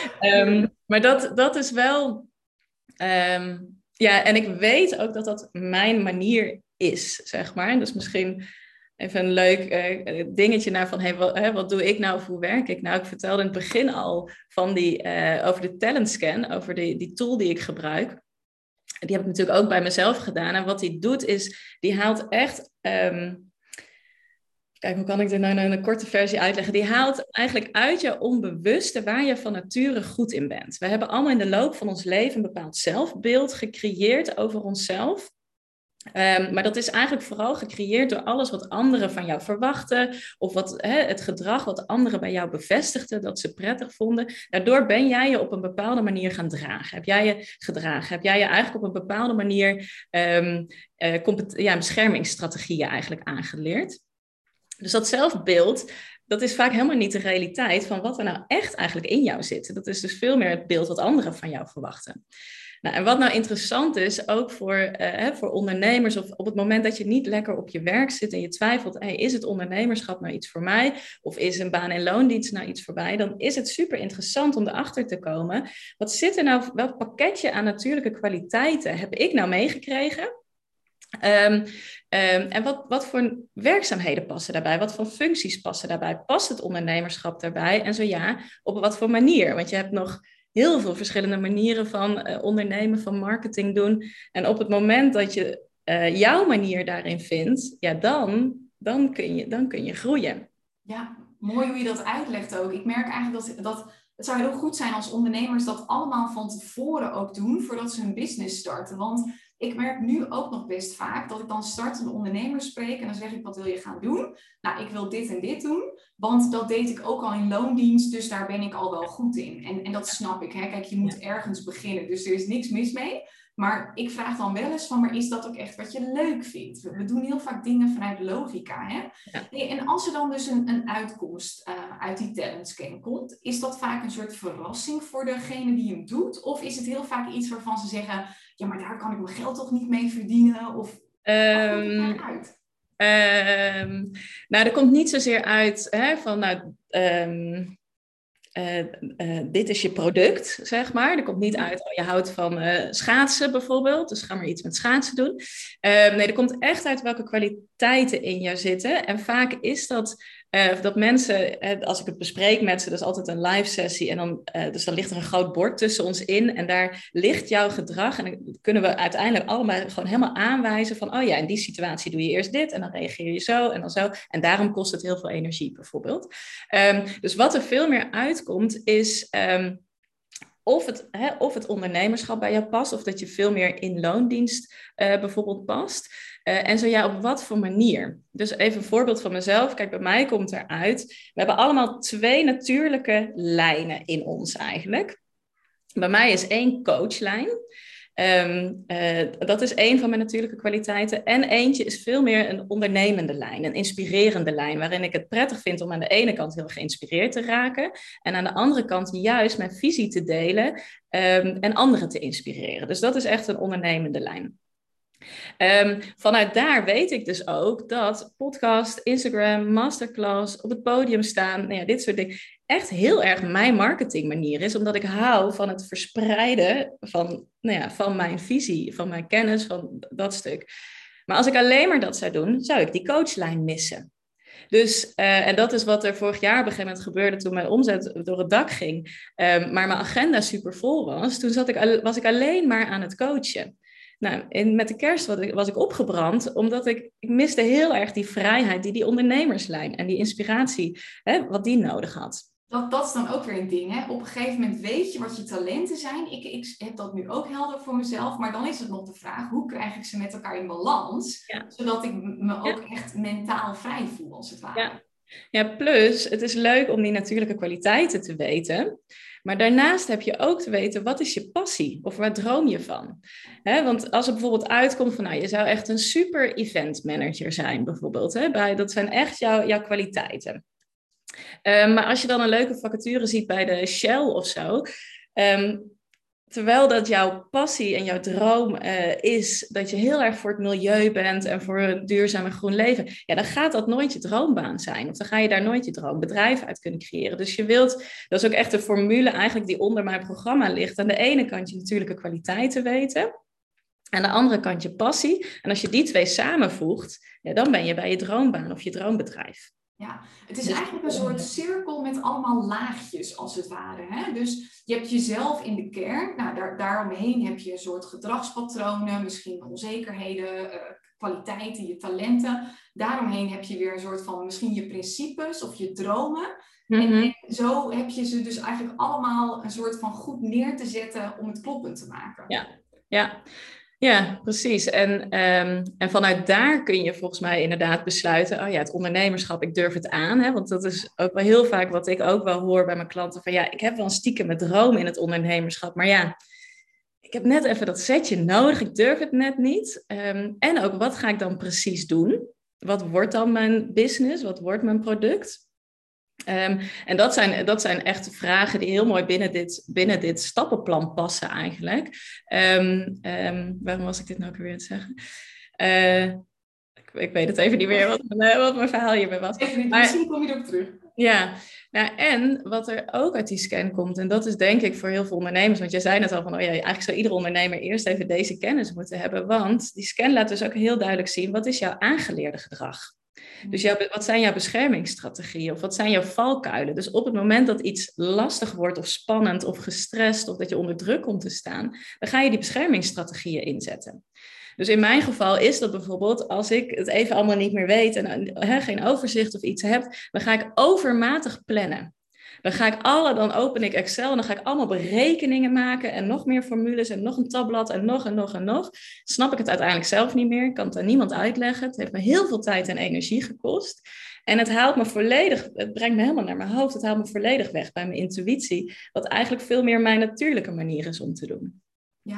Um, maar dat, dat is wel... Um, ja, en ik weet ook dat dat mijn manier is, zeg maar. Dus misschien even een leuk uh, dingetje naar van... Hey, wat, hè, wat doe ik nou of hoe werk ik nou? Ik vertelde in het begin al van die, uh, over de talent scan, over die, die tool die ik gebruik. Die heb ik natuurlijk ook bij mezelf gedaan. En wat die doet is, die haalt echt... Um, Kijk, hoe kan ik dit nou in een korte versie uitleggen? Die haalt eigenlijk uit je onbewuste waar je van nature goed in bent. We hebben allemaal in de loop van ons leven een bepaald zelfbeeld gecreëerd over onszelf. Um, maar dat is eigenlijk vooral gecreëerd door alles wat anderen van jou verwachten. Of wat, hè, het gedrag wat anderen bij jou bevestigden, dat ze prettig vonden. Daardoor ben jij je op een bepaalde manier gaan dragen. Heb jij je gedragen? Heb jij je eigenlijk op een bepaalde manier um, uh, compet- ja, beschermingsstrategieën eigenlijk aangeleerd? Dus dat zelfbeeld, dat is vaak helemaal niet de realiteit van wat er nou echt eigenlijk in jou zit. Dat is dus veel meer het beeld wat anderen van jou verwachten. Nou, en wat nou interessant is, ook voor, uh, hè, voor ondernemers, of op het moment dat je niet lekker op je werk zit en je twijfelt, hey, is het ondernemerschap nou iets voor mij? Of is een baan- en loondienst nou iets voor mij? Dan is het super interessant om erachter te komen. Wat zit er nou, welk pakketje aan natuurlijke kwaliteiten heb ik nou meegekregen? Um, um, en wat, wat voor werkzaamheden passen daarbij? Wat voor functies passen daarbij? Past het ondernemerschap daarbij? En zo ja, op wat voor manier? Want je hebt nog heel veel verschillende manieren van uh, ondernemen, van marketing doen. En op het moment dat je uh, jouw manier daarin vindt, ja, dan, dan, kun je, dan kun je groeien. Ja, mooi hoe je dat uitlegt ook. Ik merk eigenlijk dat, dat het zou heel goed zijn als ondernemers dat allemaal van tevoren ook doen, voordat ze hun business starten. Want ik merk nu ook nog best vaak dat ik dan startende ondernemers spreek en dan zeg ik, wat wil je gaan doen? Nou, ik wil dit en dit doen, want dat deed ik ook al in loondienst, dus daar ben ik al wel goed in. En, en dat snap ik, hè? Kijk, je moet ergens beginnen, dus er is niks mis mee. Maar ik vraag dan wel eens van, maar is dat ook echt wat je leuk vindt? We, we doen heel vaak dingen vanuit logica. Hè? Ja. Nee, en als er dan dus een, een uitkomst uh, uit die talentscan komt, is dat vaak een soort verrassing voor degene die hem doet? Of is het heel vaak iets waarvan ze zeggen, ja, maar daar kan ik mijn geld toch niet mee verdienen? Of wat komt er vaak uit? Um, nou, er komt niet zozeer uit hè, van, nou, um, uh, uh, dit is je product, zeg maar. Er komt niet uit, oh, je houdt van uh, schaatsen bijvoorbeeld, dus ga maar iets met schaatsen doen. Um, nee, er komt echt uit welke kwaliteiten in jou zitten. En vaak is dat uh, dat mensen, uh, als ik het bespreek met ze, dat is altijd een live sessie, en dan, uh, dus dan ligt er een groot bord tussen ons in en daar ligt jouw gedrag en dan kunnen we uiteindelijk allemaal gewoon helemaal aanwijzen van, oh ja, in die situatie doe je eerst dit en dan reageer je zo en dan zo. En daarom kost het heel veel energie bijvoorbeeld. Um, dus wat er veel meer uitkomt is um, of, het, hè, of het ondernemerschap bij jou past, of dat je veel meer in loondienst uh, bijvoorbeeld past. Uh, en zo ja, op wat voor manier. Dus even een voorbeeld van mezelf. Kijk, bij mij komt eruit, we hebben allemaal twee natuurlijke lijnen in ons eigenlijk. Bij mij is één coachlijn. Um, uh, dat is één van mijn natuurlijke kwaliteiten. En eentje is veel meer een ondernemende lijn, een inspirerende lijn, waarin ik het prettig vind om aan de ene kant heel geïnspireerd te raken en aan de andere kant juist mijn visie te delen um, en anderen te inspireren. Dus dat is echt een ondernemende lijn. Um, vanuit daar weet ik dus ook dat podcast, Instagram, masterclass, op het podium staan, nou ja, dit soort dingen, echt heel erg mijn marketingmanier is, omdat ik hou van het verspreiden van, nou ja, van mijn visie, van mijn kennis, van dat stuk. Maar als ik alleen maar dat zou doen, zou ik die coachlijn missen. Dus, uh, en dat is wat er vorig jaar op een gegeven moment gebeurde toen mijn omzet door het dak ging, um, maar mijn agenda super vol was. Toen zat ik, was ik alleen maar aan het coachen. Nou, in, met de kerst was ik, was ik opgebrand, omdat ik, ik miste heel erg die vrijheid, die, die ondernemerslijn en die inspiratie, hè, wat die nodig had. Dat, dat is dan ook weer een ding. Hè? Op een gegeven moment weet je wat je talenten zijn. Ik, ik heb dat nu ook helder voor mezelf. Maar dan is het nog de vraag, hoe krijg ik ze met elkaar in balans? Ja. Zodat ik me ook ja. echt mentaal vrij voel, als het ware. Ja. ja, plus het is leuk om die natuurlijke kwaliteiten te weten. Maar daarnaast heb je ook te weten, wat is je passie? Of waar droom je van? He, want als er bijvoorbeeld uitkomt van, nou, je zou echt een super event manager zijn, bijvoorbeeld. Hè? Bij, dat zijn echt jouw, jouw kwaliteiten. Um, maar als je dan een leuke vacature ziet bij de Shell of zo, um, terwijl dat jouw passie en jouw droom uh, is dat je heel erg voor het milieu bent en voor een duurzaam en groen leven, ja, dan gaat dat nooit je droombaan zijn. Of dan ga je daar nooit je droombedrijf uit kunnen creëren. Dus je wilt, dat is ook echt de formule eigenlijk die onder mijn programma ligt. Aan de ene kant je natuurlijke kwaliteiten weten. Aan de andere kant je passie. En als je die twee samenvoegt, ja, dan ben je bij je droombaan of je droombedrijf. Ja, het is eigenlijk een soort cirkel met allemaal laagjes, als het ware. Hè? Dus je hebt jezelf in de kern. Nou, daar, daaromheen heb je een soort gedragspatronen, misschien onzekerheden, uh, kwaliteiten, je talenten. Daaromheen heb je weer een soort van misschien je principes of je dromen. Mm-hmm. En, en zo heb je ze dus eigenlijk allemaal een soort van goed neer te zetten om het kloppend te maken. Ja, ja. Ja, precies. En, um, en vanuit daar kun je volgens mij inderdaad besluiten, oh ja, het ondernemerschap, ik durf het aan. Hè? Want dat is ook wel heel vaak wat ik ook wel hoor bij mijn klanten, van ja, ik heb wel een stiekeme droom in het ondernemerschap, maar ja, ik heb net even dat setje nodig, ik durf het net niet. Um, en ook, wat ga ik dan precies doen? Wat wordt dan mijn business? Wat wordt mijn product? Um, en dat zijn, dat zijn echt vragen die heel mooi binnen dit, binnen dit stappenplan passen eigenlijk. Um, um, waarom was ik dit nou ook weer aan het zeggen? Uh, ik, ik weet het even niet meer wat, mijn, wat mijn verhaal hierbij was. Even niet, maar, misschien kom je erop terug. Ja, nou, en wat er ook uit die scan komt, en dat is denk ik voor heel veel ondernemers, want jij zei net al van, oh ja, eigenlijk zou iedere ondernemer eerst even deze kennis moeten hebben, want die scan laat dus ook heel duidelijk zien, wat is jouw aangeleerde gedrag? Dus jouw, wat zijn jouw beschermingsstrategieën of wat zijn jouw valkuilen? Dus op het moment dat iets lastig wordt of spannend of gestrest of dat je onder druk komt te staan, dan ga je die beschermingsstrategieën inzetten. Dus in mijn geval is dat bijvoorbeeld als ik het even allemaal niet meer weet en he, geen overzicht of iets heb, dan ga ik overmatig plannen. Dan ga ik alle, dan open ik Excel en dan ga ik allemaal berekeningen maken en nog meer formules en nog een tabblad en nog en nog en nog. Snap ik het uiteindelijk zelf niet meer, ik kan het aan niemand uitleggen. Het heeft me heel veel tijd en energie gekost. En het haalt me volledig, het brengt me helemaal naar mijn hoofd, het haalt me volledig weg bij mijn intuïtie, wat eigenlijk veel meer mijn natuurlijke manier is om te doen. Ja,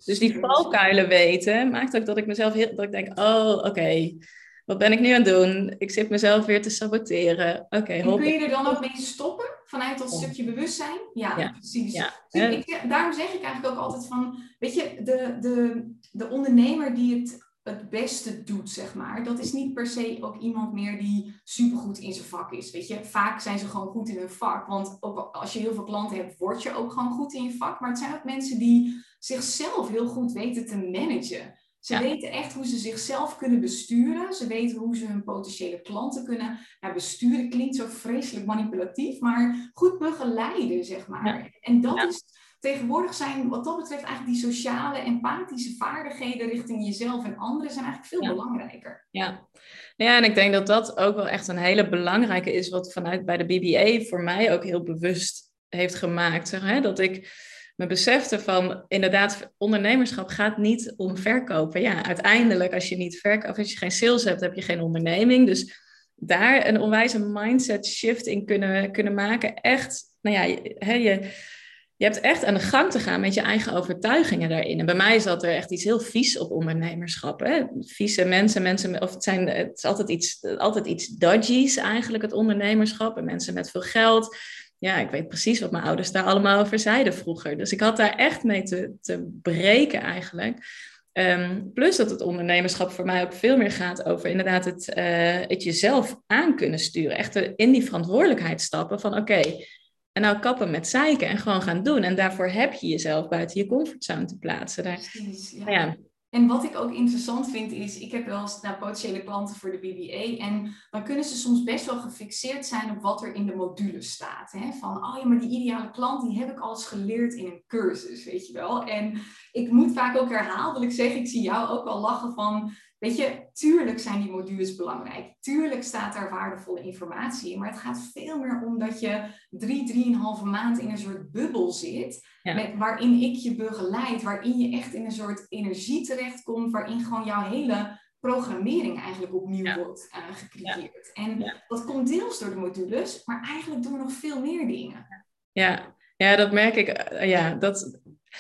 Dus die valkuilen weten maakt ook dat ik mezelf heel, dat ik denk, oh, oké, okay, wat ben ik nu aan het doen? Ik zit mezelf weer te saboteren. Oké, okay, en kun je er dan ook mee stoppen vanuit dat ja. stukje bewustzijn? Ja, ja. precies. Ja. Ik, daarom zeg ik eigenlijk ook altijd van, weet je, de, de, de ondernemer die het het beste doet, zeg maar, dat is niet per se ook iemand meer die supergoed in zijn vak is. Weet je, vaak zijn ze gewoon goed in hun vak, want ook als je heel veel klanten hebt, word je ook gewoon goed in je vak. Maar het zijn ook mensen die zichzelf heel goed weten te managen. Ze ja. weten echt hoe ze zichzelf kunnen besturen. Ze weten hoe ze hun potentiële klanten kunnen nou, besturen. Klinkt zo vreselijk manipulatief, maar goed begeleiden, zeg maar. Ja. En dat ja. is... Tegenwoordig zijn wat dat betreft eigenlijk die sociale, empathische vaardigheden richting jezelf en anderen zijn eigenlijk veel ja. belangrijker. Ja. ja, en ik denk dat dat ook wel echt een hele belangrijke is wat vanuit bij de B B A voor mij ook heel bewust heeft gemaakt. Zeg, hè? Dat ik me besefte van inderdaad, ondernemerschap gaat niet om verkopen. Ja, uiteindelijk als je niet verkoopt, als je geen sales hebt, heb je geen onderneming. Dus daar een onwijze mindset shift in kunnen, kunnen maken. Echt, nou ja, hè, je... Je hebt echt aan de gang te gaan met je eigen overtuigingen daarin. En bij mij zat er echt iets heel vies op ondernemerschap. Hè? Vieze mensen, mensen of het, zijn, het is altijd iets, altijd iets dodgy's eigenlijk, het ondernemerschap. En mensen met veel geld. Ja, ik weet precies wat mijn ouders daar allemaal over zeiden vroeger. Dus ik had daar echt mee te, te breken eigenlijk. Um, plus dat het ondernemerschap voor mij ook veel meer gaat over inderdaad het, uh, het jezelf aan kunnen sturen. Echt in die verantwoordelijkheid stappen van oké... Okay, en nou kappen met zeiken en gewoon gaan doen. En daarvoor heb je jezelf buiten je comfortzone te plaatsen. Daar, Precies, ja. ja. En wat ik ook interessant vind is, ik heb wel eens nou, potentiële klanten voor de B B A. En dan kunnen ze soms best wel gefixeerd zijn op wat er in de module staat. Hè? Van, oh ja, maar die ideale klant, die heb ik al eens geleerd in een cursus, weet je wel. En ik moet vaak ook herhaaldelijk zeggen, ik zie jou ook wel lachen van... Weet je, tuurlijk zijn die modules belangrijk. Tuurlijk staat daar waardevolle informatie in. Maar het gaat veel meer om dat je drie, drieënhalve maand in een soort bubbel zit. Ja. Met, waarin ik je begeleid. Waarin je echt in een soort energie terechtkomt. Waarin gewoon jouw hele programmering eigenlijk opnieuw ja. wordt uh, gecreëerd. Ja. En ja. dat komt deels door de modules. Maar eigenlijk doen we nog veel meer dingen. Ja, ja dat merk ik. Uh, ja, dat...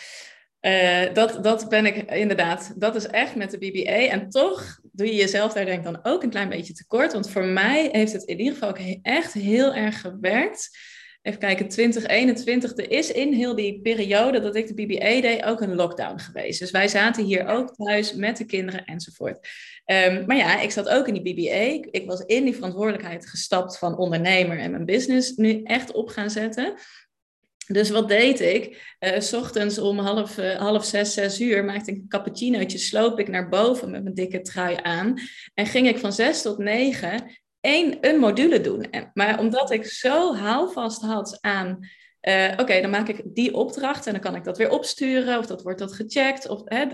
Uh, dat, dat ben ik inderdaad, dat is echt met de B B A. En toch doe je jezelf daar denk ik dan ook een klein beetje tekort. Want voor mij heeft het in ieder geval ook echt heel erg gewerkt. Even kijken, twintig eenentwintig. Er is in heel die periode dat ik de B B A deed ook een lockdown geweest. Dus wij zaten hier ook thuis met de kinderen enzovoort. Um, maar ja, ik zat ook in die B B A. Ik was in die verantwoordelijkheid gestapt van ondernemer en mijn business nu echt op gaan zetten. Dus wat deed ik? Uh, 's ochtends om half, uh, half zes, zes uur maakte ik een cappuccinootje, sloop ik naar boven met mijn dikke trui aan en ging ik van zes tot negen één, een module doen. En, maar omdat ik zo houvast had aan, uh, oké, okay, dan maak ik die opdracht en dan kan ik dat weer opsturen of dat wordt dat gecheckt. Of, hè,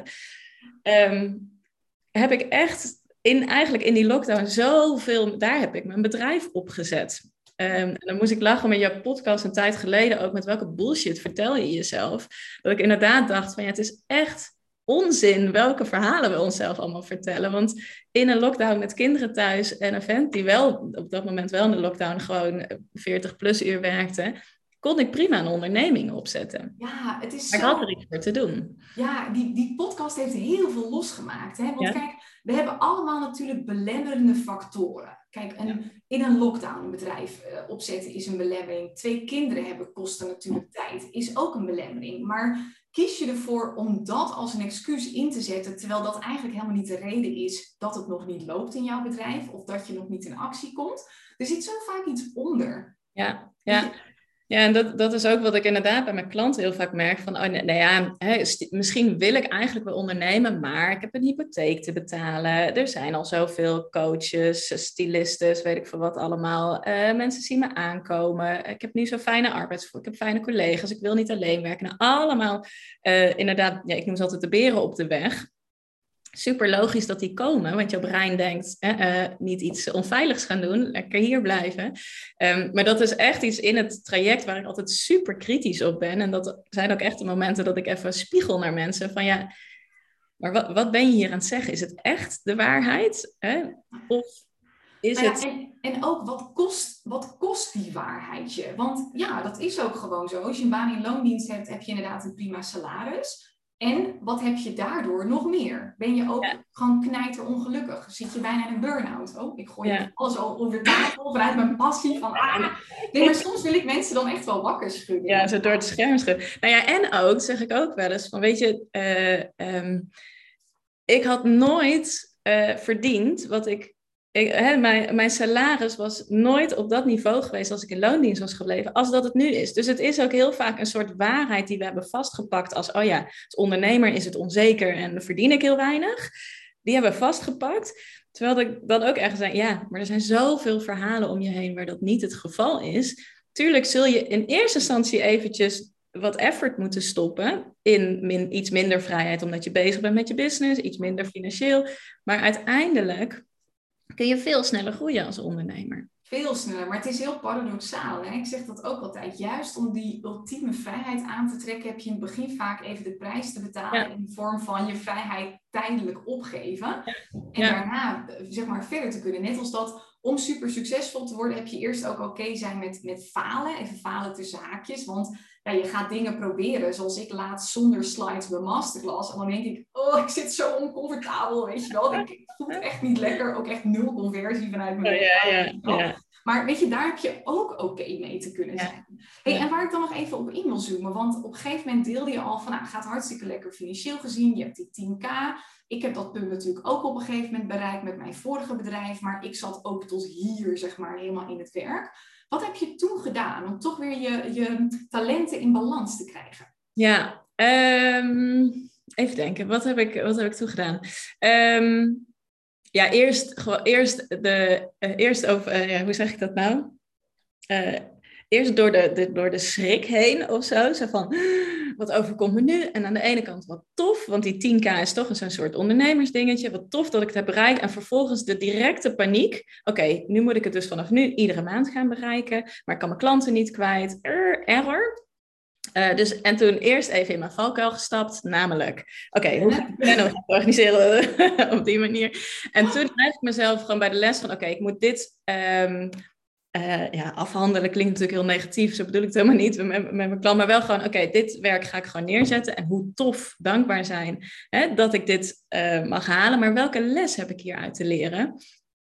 um, heb ik echt in, eigenlijk in die lockdown zoveel, daar heb ik mijn bedrijf opgezet. Um, en dan moest ik lachen met jouw podcast een tijd geleden ook met welke bullshit vertel je jezelf. Dat ik inderdaad dacht van ja, het is echt onzin welke verhalen we onszelf allemaal vertellen. Want in een lockdown met kinderen thuis en een vent die wel op dat moment wel in de lockdown gewoon veertig plus uur werkte, kon ik prima een onderneming opzetten. Ja, het is maar zo... ik had er iets voor te doen. Ja, die, die podcast heeft heel veel losgemaakt. Hè? Want ja? kijk, we hebben allemaal natuurlijk belemmerende factoren. Kijk, een, ja. in een lockdown een bedrijf uh, opzetten is een belemmering. Twee kinderen hebben kosten natuurlijk ja. tijd, is ook een belemmering. Maar kies je ervoor om dat als een excuus in te zetten, terwijl dat eigenlijk helemaal niet de reden is dat het nog niet loopt in jouw bedrijf of dat je nog niet in actie komt. Er zit zo vaak iets onder. Ja, ja. Ja, en dat, dat is ook wat ik inderdaad bij mijn klanten heel vaak merk. Van, oh, nee, nou ja, hè, st- misschien wil ik eigenlijk wel ondernemen, maar ik heb een hypotheek te betalen. Er zijn al zoveel coaches, stylisten, weet ik veel wat allemaal. Uh, mensen zien me aankomen. Ik heb nu zo'n fijne arbeidsvoor. Ik heb fijne collega's. Ik wil niet alleen werken. Nou, allemaal, uh, inderdaad, ja, ik noem ze altijd de beren op de weg. Super logisch dat die komen, want jouw brein denkt eh, uh, niet iets onveiligs gaan doen, lekker hier blijven. Um, maar dat is echt iets in het traject waar ik altijd super kritisch op ben. En dat zijn ook echt de momenten dat ik even spiegel naar mensen van ja, maar wat, wat ben je hier aan het zeggen? Is het echt de waarheid? Hè? Of is nou ja, het... En, en ook, wat kost, wat kost die waarheid je? Want ja, dat is ook gewoon zo. Als je een baan in loondienst hebt, heb je inderdaad een prima salaris. En wat heb je daardoor nog meer? Ben je ook ja. gewoon knijter ongelukkig? Zit je bijna in een burn-out? Oh, ik gooi Ja. alles al over tafel vanuit mijn passie van ah. Nee, maar soms wil ik mensen dan echt wel wakker schudden. Ja, zo door het scherm schudden. Nou ja, en ook, zeg ik ook wel eens, van weet je, uh, um, ik had nooit uh, verdiend wat ik... Ik, hè, mijn, mijn salaris was nooit op dat niveau geweest als ik in loondienst was gebleven, als dat het nu is. Dus het is ook heel vaak een soort waarheid die we hebben vastgepakt als, oh ja, als ondernemer is het onzeker en dan verdien ik heel weinig. Die hebben we vastgepakt. Terwijl ik dan ook ergens zei, ja, maar er zijn zoveel verhalen om je heen waar dat niet het geval is. Tuurlijk zul je in eerste instantie eventjes wat effort moeten stoppen in min, iets minder vrijheid, omdat je bezig bent met je business, iets minder financieel. Maar uiteindelijk kun je veel sneller groeien als ondernemer. Veel sneller, maar het is heel paradoxaal. Hè? Ik zeg dat ook altijd. Juist om die ultieme vrijheid aan te trekken, heb je in het begin vaak even de prijs te betalen ja. in de vorm van je vrijheid tijdelijk opgeven. Ja. En ja. daarna zeg maar verder te kunnen. Net als dat om super succesvol te worden, heb je eerst ook oké okay zijn met, met falen. Even falen tussen haakjes, want ja, je gaat dingen proberen, zoals ik laatst zonder slides bij masterclass. En dan denk ik, oh, ik zit zo oncomfortabel, weet je wel. Ik voel het echt niet lekker, ook echt nul conversie vanuit mijn oh, ja, ja, ja. Maar weet je, daar heb je ook oké okay mee te kunnen zijn. Ja. Hey, en waar ik dan nog even op in wil zoomen, want op een gegeven moment deelde je al van, nou, het gaat hartstikke lekker financieel gezien. Je hebt die tien k. Ik heb dat punt natuurlijk ook op een gegeven moment bereikt met mijn vorige bedrijf, maar ik zat ook tot hier, zeg maar, helemaal in het werk. Wat heb je toen gedaan om toch weer je, je talenten in balans te krijgen? Ja, um, even denken. Wat heb ik, wat heb ik toen gedaan? Um, ja, eerst, gewoon, eerst, de, uh, eerst over... Uh, ja, hoe zeg ik dat nou? Uh, eerst door de, de, door de schrik heen of zo. Zo van, wat overkomt me nu? En aan de ene kant wat tof, want die tien k is toch een soort ondernemersdingetje. Wat tof dat ik het heb bereikt. En vervolgens de directe paniek. Oké, okay, nu moet ik het dus vanaf nu iedere maand gaan bereiken. Maar ik kan mijn klanten niet kwijt. Er, error. Uh, dus, en toen eerst even in mijn valkuil gestapt, namelijk, oké, okay, hoe ga ik het nog organiseren op die manier? En toen eigenlijk mezelf gewoon bij de les van, oké, okay, ik moet dit um, uh, ja, afhandelen. Klinkt natuurlijk heel negatief, zo bedoel ik het helemaal niet met, met mijn klant, maar wel gewoon, oké, okay, dit werk ga ik gewoon neerzetten en hoe tof, dankbaar zijn hè, dat ik dit uh, mag halen, maar welke les heb ik hieruit te leren?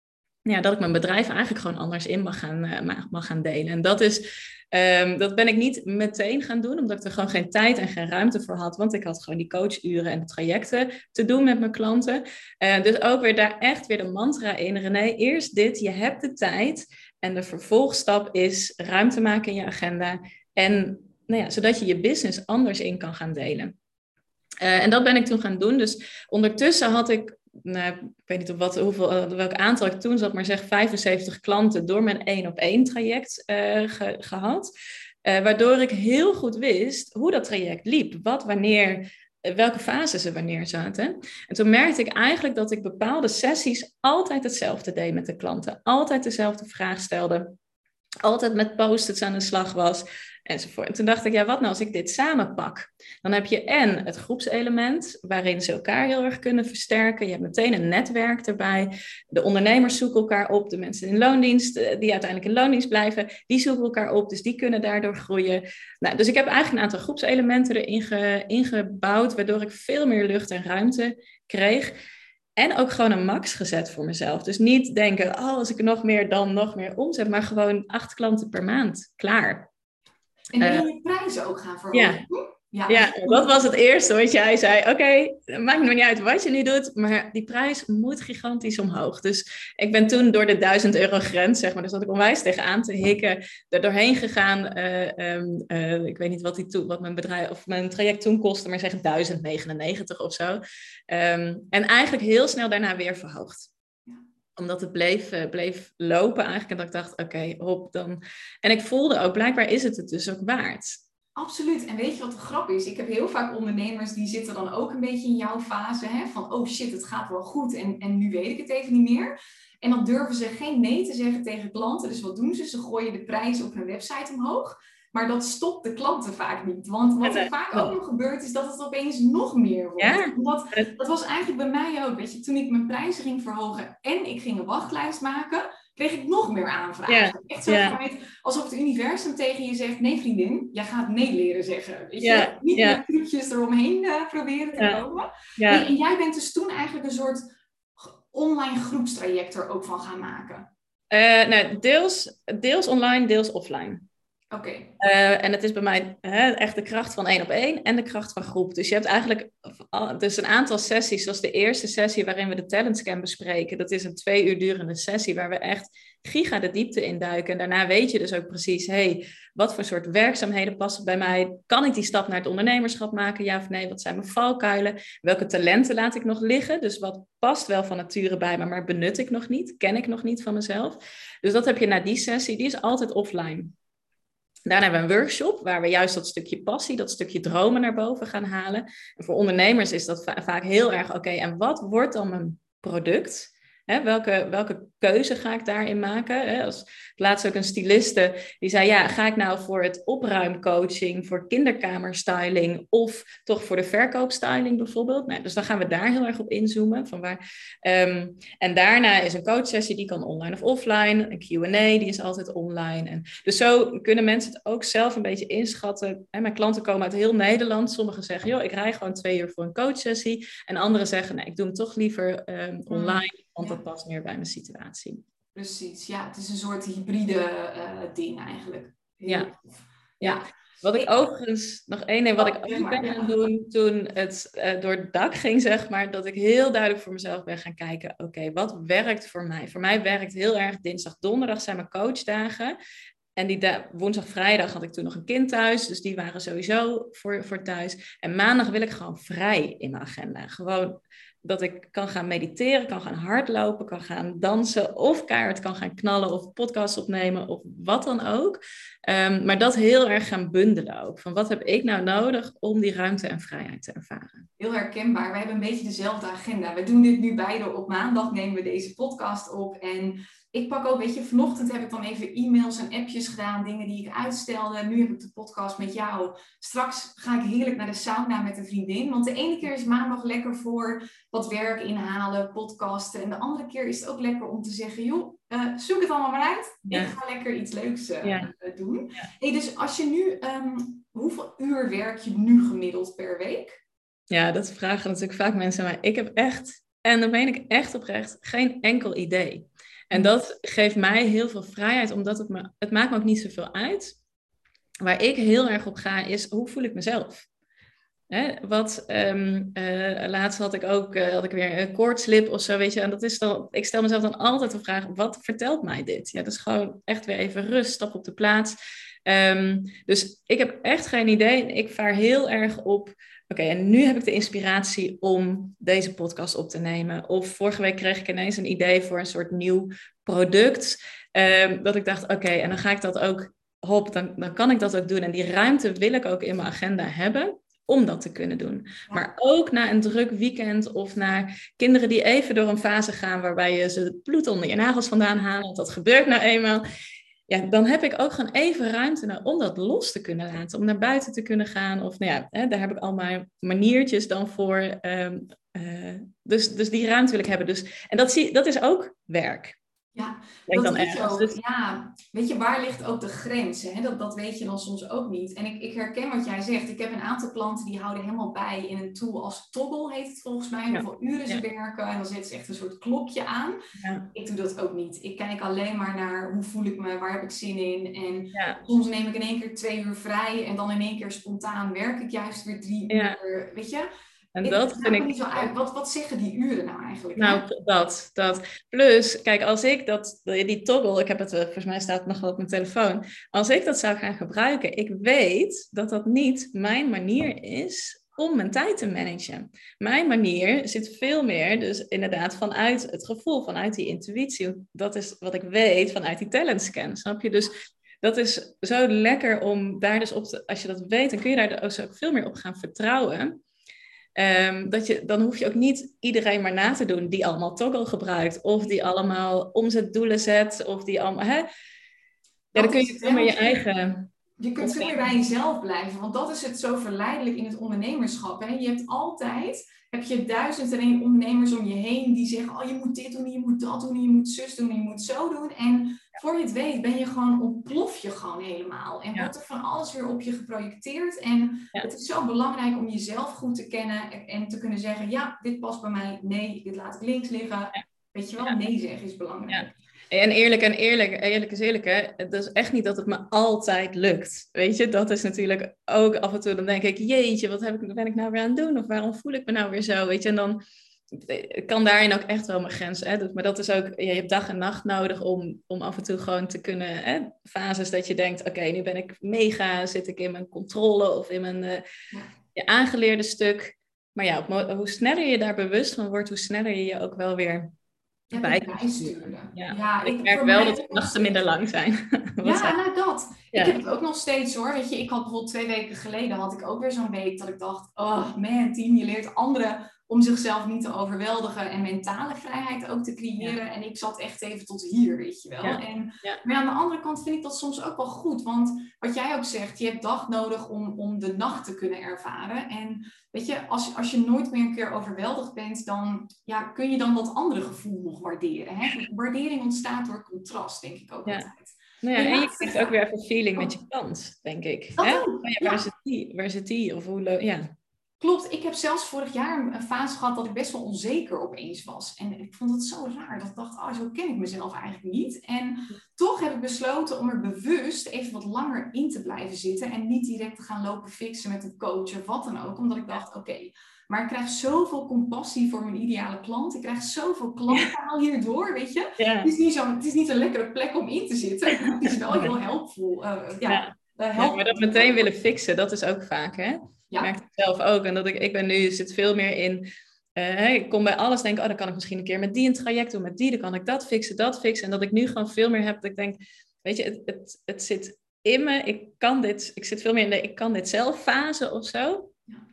Ja, dat ik mijn bedrijf eigenlijk gewoon anders in mag gaan, uh, mag gaan delen. En dat is... Um, dat ben ik niet meteen gaan doen, omdat ik er gewoon geen tijd en geen ruimte voor had. Want ik had gewoon die coachuren en de trajecten te doen met mijn klanten. Uh, dus ook weer daar echt weer de mantra in. René, eerst dit, je hebt de tijd. En de vervolgstap is ruimte maken in je agenda. En nou ja, zodat je je business anders in kan gaan delen. Uh, en dat ben ik toen gaan doen. Dus ondertussen had ik... Nou, ik weet niet op wat, hoeveel, welk aantal ik toen zat, maar zeg vijfenzeventig klanten door mijn één op één traject uh, ge, gehad. Uh, waardoor ik heel goed wist hoe dat traject liep. Wat, wanneer, welke fases er wanneer zaten. En toen merkte ik eigenlijk dat ik bepaalde sessies altijd hetzelfde deed met de klanten. Altijd dezelfde vraag stelde. Altijd met post-its aan de slag was. Enzovoort. En toen dacht ik, ja, wat nou als ik dit samenpak? Dan heb je en het groepselement, waarin ze elkaar heel erg kunnen versterken. Je hebt meteen een netwerk erbij. De ondernemers zoeken elkaar op. De mensen in loondienst, die uiteindelijk in loondienst blijven, die zoeken elkaar op. Dus die kunnen daardoor groeien. Nou, dus ik heb eigenlijk een aantal groepselementen erin ge, ingebouwd, waardoor ik veel meer lucht en ruimte kreeg. En ook gewoon een max gezet voor mezelf. Dus niet denken, oh, als ik er nog meer dan nog meer omzet, maar gewoon acht klanten per maand. Klaar. En ben je uh, je prijzen ook gaan verhogen? Ja. Ja, ja, dat was het eerste wat jij zei. Oké, okay, het maakt me niet uit wat je nu doet, maar die prijs moet gigantisch omhoog. Dus ik ben toen door de duizend euro grens, zeg maar, dus dat ik onwijs tegenaan te hikken, er doorheen gegaan. Uh, um, uh, ik weet niet wat, die to- wat mijn bedrijf of mijn traject toen kostte, maar zeg duizend negenennegentig of zo. Um, en eigenlijk heel snel daarna weer verhoogd. Omdat het bleef, uh, bleef lopen eigenlijk. En dat ik dacht, oké, okay, hop, dan... En ik voelde ook, blijkbaar is het het dus ook waard. Absoluut. En weet je wat de grap is? Ik heb heel vaak ondernemers die zitten dan ook een beetje in jouw fase. Hè? Van, oh shit, het gaat wel goed en, en nu weet ik het even niet meer. En dan durven ze geen nee te zeggen tegen klanten. Dus wat doen ze? Ze gooien de prijs op hun website omhoog. Maar dat stopt de klanten vaak niet. Want wat er vaak ook nog gebeurt, is dat het opeens nog meer wordt. Ja. Dat, dat was eigenlijk bij mij ook. Weet je, toen ik mijn prijzen ging verhogen en ik ging een wachtlijst maken, kreeg ik nog meer aanvragen. Ja, Echt zo ja. vanuit, alsof het universum tegen je zegt, nee vriendin, jij gaat nee leren zeggen. Weet je? Ja, Niet ja. met trucjes eromheen uh, proberen te Ja, komen. ja. Hey, en jij bent dus toen eigenlijk een soort online groepstraject er ook van gaan maken. Uh, nou, deels, deels online, deels offline. Oké. Okay. Uh, en het is bij mij hè, echt de kracht van één op één en de kracht van groep. Dus je hebt eigenlijk dus een aantal sessies, zoals de eerste sessie waarin we de talentscan bespreken. Dat is een twee uur durende sessie waar we echt giga de diepte in duiken. En daarna weet je dus ook precies, hey, wat voor soort werkzaamheden passen bij mij? Kan ik die stap naar het ondernemerschap maken, ja of nee? Wat zijn mijn valkuilen? Welke talenten laat ik nog liggen? Dus wat past wel van nature bij me, maar benut ik nog niet? Ken ik nog niet van mezelf? Dus dat heb je na die sessie, die is altijd offline. Daarna hebben we een workshop waar we juist dat stukje passie, dat stukje dromen naar boven gaan halen. En voor ondernemers is dat va- vaak heel erg, oké, okay, en wat wordt dan mijn product? Hè, welke, welke keuze ga ik daarin maken? Hè, als laatst ook een styliste die zei, ja, ga ik nou voor het opruimcoaching, voor kinderkamerstyling of toch voor de verkoopstyling bijvoorbeeld? Nou, dus dan gaan we daar heel erg op inzoomen. Van waar, um, en daarna is een coachsessie, die kan online of offline. Een Q en A, die is altijd online. En dus zo kunnen mensen het ook zelf een beetje inschatten. En mijn klanten komen uit heel Nederland. Sommigen zeggen, joh, ik rij gewoon twee uur voor een coachsessie. En anderen zeggen, nee, ik doe hem toch liever um, online. Want dat past meer bij mijn situatie. Precies, ja. Het is een soort hybride uh, ding eigenlijk. Heel ja. ja. Ja. Wat ik overigens, nog één ding, wat ik ook ben gaan doen toen het uh, door het dak ging, zeg maar, dat ik heel duidelijk voor mezelf ben gaan kijken, oké, okay, wat werkt voor mij? Voor mij werkt heel erg dinsdag, donderdag zijn mijn coachdagen. En die da- woensdag, vrijdag had ik toen nog een kind thuis. Dus die waren sowieso voor, voor thuis. En maandag wil ik gewoon vrij in mijn agenda. Gewoon dat ik kan gaan mediteren, kan gaan hardlopen, kan gaan dansen of kaart kan gaan knallen of podcasts opnemen of wat dan ook. Um, maar dat heel erg gaan bundelen ook. Van wat heb ik nou nodig om die ruimte en vrijheid te ervaren? Heel herkenbaar. Wij hebben een beetje dezelfde agenda. We doen dit nu beide op maandag, nemen we deze podcast op. En ik pak ook, weet je, vanochtend heb ik dan even e-mails en appjes gedaan, dingen die ik uitstelde. Nu heb ik de podcast met jou. Straks ga ik heerlijk naar de sauna met een vriendin. Want de ene keer is maandag lekker voor wat werk inhalen, podcasten. En de andere keer is het ook lekker om te zeggen, joh, uh, zoek het allemaal maar uit. Ja. Ik ga lekker iets leuks uh, ja. doen. Ja. Hey, dus als je nu, um, hoeveel uur werk je nu gemiddeld per week? Ja, dat vragen natuurlijk vaak mensen aan mij. Ik heb echt, en dan meen ik echt oprecht, geen enkel idee. En dat geeft mij heel veel vrijheid, omdat het me, het maakt me ook niet zoveel uit. Waar ik heel erg op ga is, hoe voel ik mezelf? Hè? Wat, um, uh, laatst had ik ook, uh, had ik weer een koortslip of zo, weet je. En dat is dan, ik stel mezelf dan altijd de vraag, wat vertelt mij dit? Ja, dat is gewoon echt weer even rust, stap op de plaats. Um, dus ik heb echt geen idee. Ik vaar heel erg op, oké, okay, en nu heb ik de inspiratie om deze podcast op te nemen. Of vorige week kreeg ik ineens een idee voor een soort nieuw product. Um, dat ik dacht, oké, okay, en dan ga ik dat ook, hop, dan, dan kan ik dat ook doen. En die ruimte wil ik ook in mijn agenda hebben om dat te kunnen doen. Ja. Maar ook na een druk weekend of naar kinderen die even door een fase gaan waarbij je ze het bloed onder je nagels vandaan halen. Want dat gebeurt nou eenmaal. Ja, dan heb ik ook gewoon even ruimte nou, om dat los te kunnen laten. Om naar buiten te kunnen gaan. Of nou ja, hè, daar heb ik al mijn maniertjes dan voor. Um, uh, dus, dus die ruimte wil ik hebben. Dus, en dat, zie, dat is ook werk. Ja, Denk dat dan is ergens. ook. Dus... Ja, weet je, waar ligt ook de grens? Hè? Dat, dat weet je dan soms ook niet. En ik, ik herken wat jij zegt. Ik heb een aantal klanten die houden helemaal bij in een tool als Toggl, heet het volgens mij. Hoeveel ja. uren ze ja. werken. En dan zetten ze echt een soort klokje aan. Ja. Ik doe dat ook niet. Ik kijk alleen maar naar hoe voel ik me, waar heb ik zin in. En ja. soms neem ik in één keer twee uur vrij. En dan in één keer spontaan werk ik juist weer drie ja. uur. Weet je? En ik, dat vind ik niet zo uit. Wat, wat zeggen die uren nou eigenlijk? Nou, hè? dat, dat. Plus, kijk, als ik dat, die Toggl, ik heb het, volgens mij staat het nog wel op mijn telefoon. Als ik dat zou gaan gebruiken, ik weet dat dat niet mijn manier is om mijn tijd te managen. Mijn manier zit veel meer, dus inderdaad vanuit het gevoel, vanuit die intuïtie. Dat is wat ik weet vanuit die talentscan, snap je? Dus dat is zo lekker om daar dus op te, als je dat weet, dan kun je daar ook veel meer op gaan vertrouwen. Um, dat je, dan hoef je ook niet iedereen maar na te doen die allemaal Toggl gebruikt. Of die allemaal omzetdoelen zet. Of die allemaal... Hè? Ja, dan kun je veel meer je eigen... Je kunt veel meer bij jezelf blijven, want dat is het zo verleidelijk in het ondernemerschap. Hè? Je hebt altijd, heb je duizend en één ondernemers om je heen die zeggen, oh je moet dit doen, je moet dat doen, je moet zus doen, je moet zo doen. En voor je het weet ben je gewoon, ontplof je gewoon helemaal. En ja. wordt er van alles weer op je geprojecteerd. En ja. het is zo belangrijk om jezelf goed te kennen en te kunnen zeggen, ja, dit past bij mij, nee, dit laat ik links liggen. Ja. Weet je wel, ja. nee zeggen is belangrijk. Ja. En eerlijk en eerlijk, eerlijk is eerlijk, hè. Het is echt niet dat het me altijd lukt. Weet je, dat is natuurlijk ook af en toe, dan denk ik, jeetje, wat heb ik, ben ik nou weer aan het doen? Of waarom voel ik me nou weer zo? Weet je, en dan kan daarin ook echt wel mijn grens. Hè. Maar dat is ook, ja, je hebt dag en nacht nodig om, om af en toe gewoon te kunnen, hè, fases dat je denkt, oké, okay, nu ben ik mega, zit ik in mijn controle of in mijn uh, ja. je aangeleerde stuk. Maar ja, op, hoe sneller je daar bewust van wordt, hoe sneller je je ook wel weer Ja, bijsturen. Ja. Ja, ik, ik merk wel dat de nachten minder lang zijn. Ja, zijn? nou dat. Ja. Ik heb het ook nog steeds hoor. Weet je, ik had bijvoorbeeld twee weken geleden had ik ook weer zo'n week dat ik dacht, oh man, team, je leert anderen om zichzelf niet te overweldigen en mentale vrijheid ook te creëren. Ja. En ik zat echt even tot hier, weet je wel. Ja. En, ja. Maar aan de andere kant vind ik dat soms ook wel goed. Want wat jij ook zegt, je hebt dag nodig om, om de nacht te kunnen ervaren. En weet je, als, als je nooit meer een keer overweldigd bent, dan ja, kun je dan dat andere gevoel nog waarderen. Hè? Waardering ontstaat door contrast, denk ik ook ja. altijd. Nou ja, en je krijgt ook weer even feeling met je klant, denk ik. Hè? Ja, waar, ja. zit die? waar zit die? Of hoe leuk, ja. Klopt, ik heb zelfs vorig jaar een fase gehad dat ik best wel onzeker opeens was. En ik vond het zo raar dat ik dacht, oh, zo ken ik mezelf eigenlijk niet. En toch heb ik besloten om er bewust even wat langer in te blijven zitten. En niet direct te gaan lopen fixen met een coach of wat dan ook. Omdat ik dacht, oké, okay, maar ik krijg zoveel compassie voor mijn ideale klant. Ik krijg zoveel klanttaal hierdoor, weet je. Ja. Het is niet zo, het is niet een lekkere plek om in te zitten. Het is wel heel helpvol. Uh, ja, ja. Uh, ja, maar dat meteen willen fixen, dat is ook vaak, hè? Ja. Ik merk het zelf ook. En dat ik, ik ben nu, zit veel meer in... Uh, ik kom bij alles denken, oh, dan kan ik misschien een keer met die een traject doen, met die, dan kan ik dat fixen, dat fixen. En dat ik nu gewoon veel meer heb, dat ik denk, weet je, het, het, het zit in me. Ik kan dit, ik zit veel meer in de ik kan dit zelf fase of zo.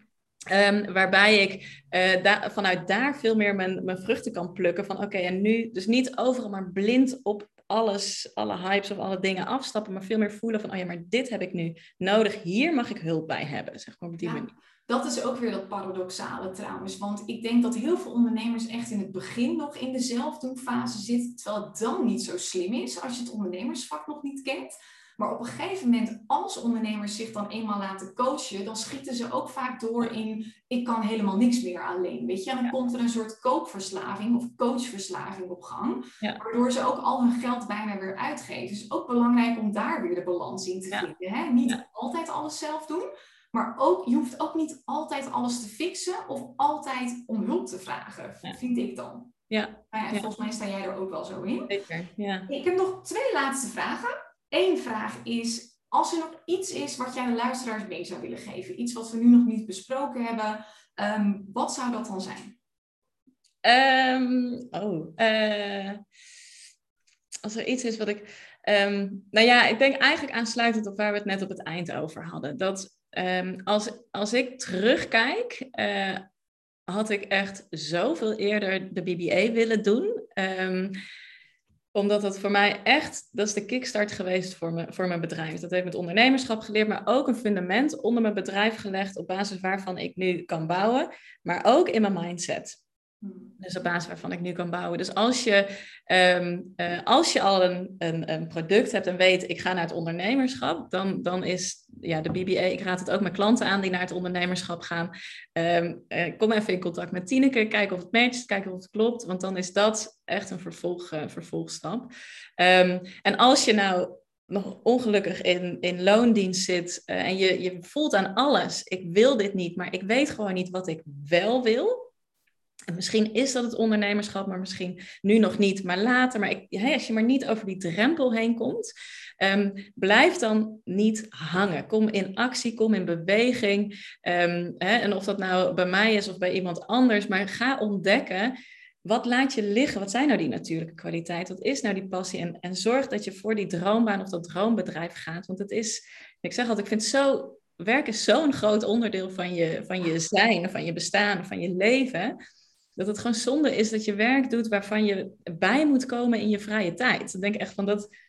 Ja. Um, waarbij ik uh, da- vanuit daar veel meer mijn, mijn vruchten kan plukken. Van oké, okay, en nu, dus niet overal maar blind op alles, alle hypes of alle dingen afstappen, maar veel meer voelen van, oh ja, maar dit heb ik nu nodig. Hier mag ik hulp bij hebben, zeg maar op die ja, manier. Dat is ook weer dat paradoxale trouwens, want ik denk dat heel veel ondernemers echt in het begin nog in de zelfdoenfase zitten, terwijl het dan niet zo slim is als je het ondernemersvak nog niet kent. Maar op een gegeven moment, als ondernemers zich dan eenmaal laten coachen, dan schieten ze ook vaak door in, ik kan helemaal niks meer alleen, weet je. En dan ja. komt er een soort koopverslaving of coachverslaving op gang, ja. waardoor ze ook al hun geld bijna weer uitgeven. Dus ook belangrijk om daar weer de balans in te ja. vinden. Hè? Niet ja. altijd alles zelf doen, maar ook, je hoeft ook niet altijd alles te fixen of altijd om hulp te vragen, ja. vind ik dan. Ja. Maar ja, ja. volgens mij sta jij er ook wel zo in. Zeker, ja. Ik heb nog twee laatste vragen. Eén vraag is, als er nog iets is wat jij de luisteraars mee zou willen geven, iets wat we nu nog niet besproken hebben, um, wat zou dat dan zijn? Um, oh, uh, als er iets is wat ik... Um, nou ja, ik denk eigenlijk aansluitend op waar we het net op het eind over hadden. Dat um, als, als ik terugkijk, uh, had ik echt zoveel eerder de B B A willen doen. Um, Omdat het voor mij echt, dat is de kickstart geweest voor, me, voor mijn bedrijf. Dat heeft met ondernemerschap geleerd, maar ook een fundament onder mijn bedrijf gelegd op basis waarvan ik nu kan bouwen. Maar ook in mijn mindset. Dus op basis waarvan ik nu kan bouwen. Dus als je, um, uh, als je al een, een, een product hebt en weet, ik ga naar het ondernemerschap, dan, dan is ja, de B B A, ik raad het ook mijn klanten aan die naar het ondernemerschap gaan. Um, uh, kom even in contact met Tineke, kijken of het matcht, kijken of het klopt, want dan is dat echt een vervolg, uh, vervolgstap. Um, en als je nou nog ongelukkig in, in loondienst zit uh, en je, je voelt aan alles, ik wil dit niet, maar ik weet gewoon niet wat ik wel wil. En misschien is dat het ondernemerschap, maar misschien nu nog niet, maar later. Maar ik, hey, als je maar niet over die drempel heen komt, um, blijf dan niet hangen. Kom in actie, kom in beweging. Um, hè, en of dat nou bij mij is of bij iemand anders, maar ga ontdekken, wat laat je liggen? Wat zijn nou die natuurlijke kwaliteiten? Wat is nou die passie? En, en zorg dat je voor die droombaan of dat droombedrijf gaat. Want het is, ik zeg altijd, ik vind het zo, werk is zo'n groot onderdeel van je, van je zijn, van je bestaan, van je leven, dat het gewoon zonde is dat je werk doet waarvan je bij moet komen in je vrije tijd. Dan denk ik echt van, dat,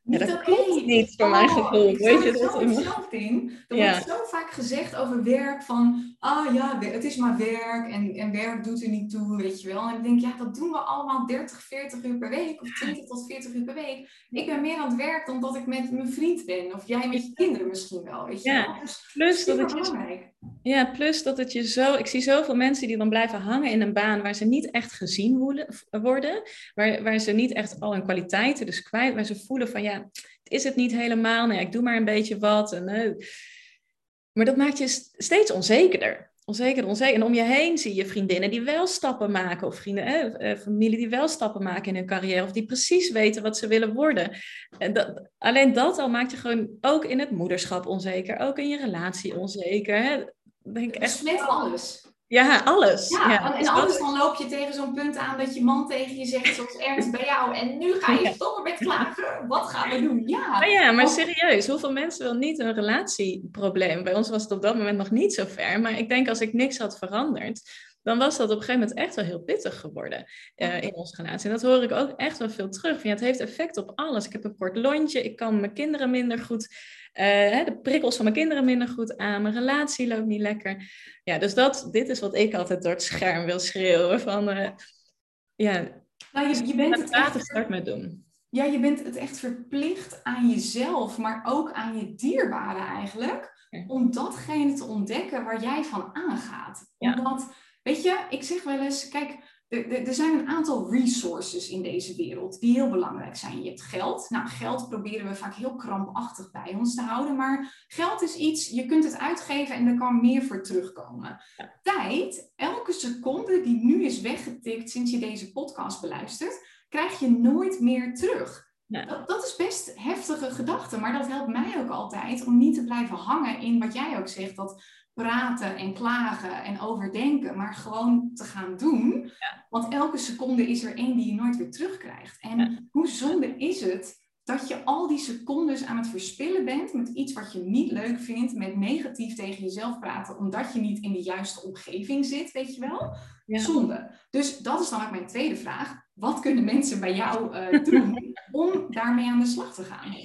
Ja, Niet dat oké. klopt niet voor mijn Oh, gevoel. ik Weet sta je, er dat zo is hetzelfde in. Er ja. wordt zo vaak gezegd over werk van, ah ja, het is maar werk en, en werk doet er niet toe, weet je wel. En ik denk, ja, dat doen we allemaal dertig, veertig uur per week of twintig tot veertig uur per week. Ik ben meer aan het werk dan dat ik met mijn vriend ben. Of jij met je kinderen misschien wel, weet je Ja, wel. Dus plus dat super het je, belangrijk. ja, plus dat het je zo... Ik zie zoveel mensen die dan blijven hangen in een baan waar ze niet echt gezien woelen- worden. Waar, waar ze niet echt al hun kwaliteiten dus kwijt... Waar ze voelen van, ja, het is het niet helemaal. Nee, ik doe maar een beetje wat. En, eh. Maar dat maakt je st- steeds onzekerder. Onzeker, onzeker. En om je heen zie je vriendinnen die wel stappen maken. Of vrienden, eh, eh, familie die wel stappen maken in hun carrière. Of die precies weten wat ze willen worden. En dat, alleen dat al maakt je gewoon ook in het moederschap onzeker. Ook in je relatie onzeker. Hè? Denk Het echt, besmet alles. ja, alles. Ja, Ja, en, en dus anders dat dan is, loop je tegen zo'n punt aan dat je man tegen je zegt, zoals Ernst bij jou, en nu ga je ja. stoppen met klagen. Wat gaan we doen? Ja. Maar ja, maar Want serieus, hoeveel mensen wil niet een relatieprobleem? Bij ons was het op dat moment nog niet zo ver. Maar ik denk als ik niks had veranderd, dan was dat op een gegeven moment echt wel heel pittig geworden uh, in onze relatie. En dat hoor ik ook echt wel veel terug. Van, ja, het heeft effect op alles. Ik heb een kort lontje, ik kan mijn kinderen minder goed, uh, de prikkels van mijn kinderen minder goed aan, mijn relatie loopt niet lekker. Ja, dus dat, dit is wat ik altijd door het scherm wil schreeuwen. Van, uh, ja, nou, je, je bent met het praten, echt... start met doen. Ja, je bent het echt verplicht aan jezelf, maar ook aan je dierbaren eigenlijk, Ja. om datgene te ontdekken waar jij van aangaat. Ja. Omdat, weet je, ik zeg wel eens, kijk, er, er zijn een aantal resources in deze wereld die heel belangrijk zijn. Je hebt geld. Nou, geld proberen we vaak heel krampachtig bij ons te houden, maar geld is iets, je kunt het uitgeven en er kan meer voor terugkomen. Ja. Tijd, elke seconde die nu is weggetikt sinds je deze podcast beluistert, krijg je nooit meer terug. Ja. Dat, dat is best heftige gedachte, maar dat helpt mij ook altijd om niet te blijven hangen in wat jij ook zegt, dat praten en klagen en overdenken, maar gewoon te gaan doen. Ja. Want elke seconde is er één die je nooit weer terugkrijgt. En ja. hoe zonde is het dat je al die secondes aan het verspillen bent met iets wat je niet leuk vindt, met negatief tegen jezelf praten, omdat je niet in de juiste omgeving zit, weet je wel? Ja. Zonde. Dus dat is dan ook mijn tweede vraag. Wat kunnen mensen bij jou uh, doen om daarmee aan de slag te gaan?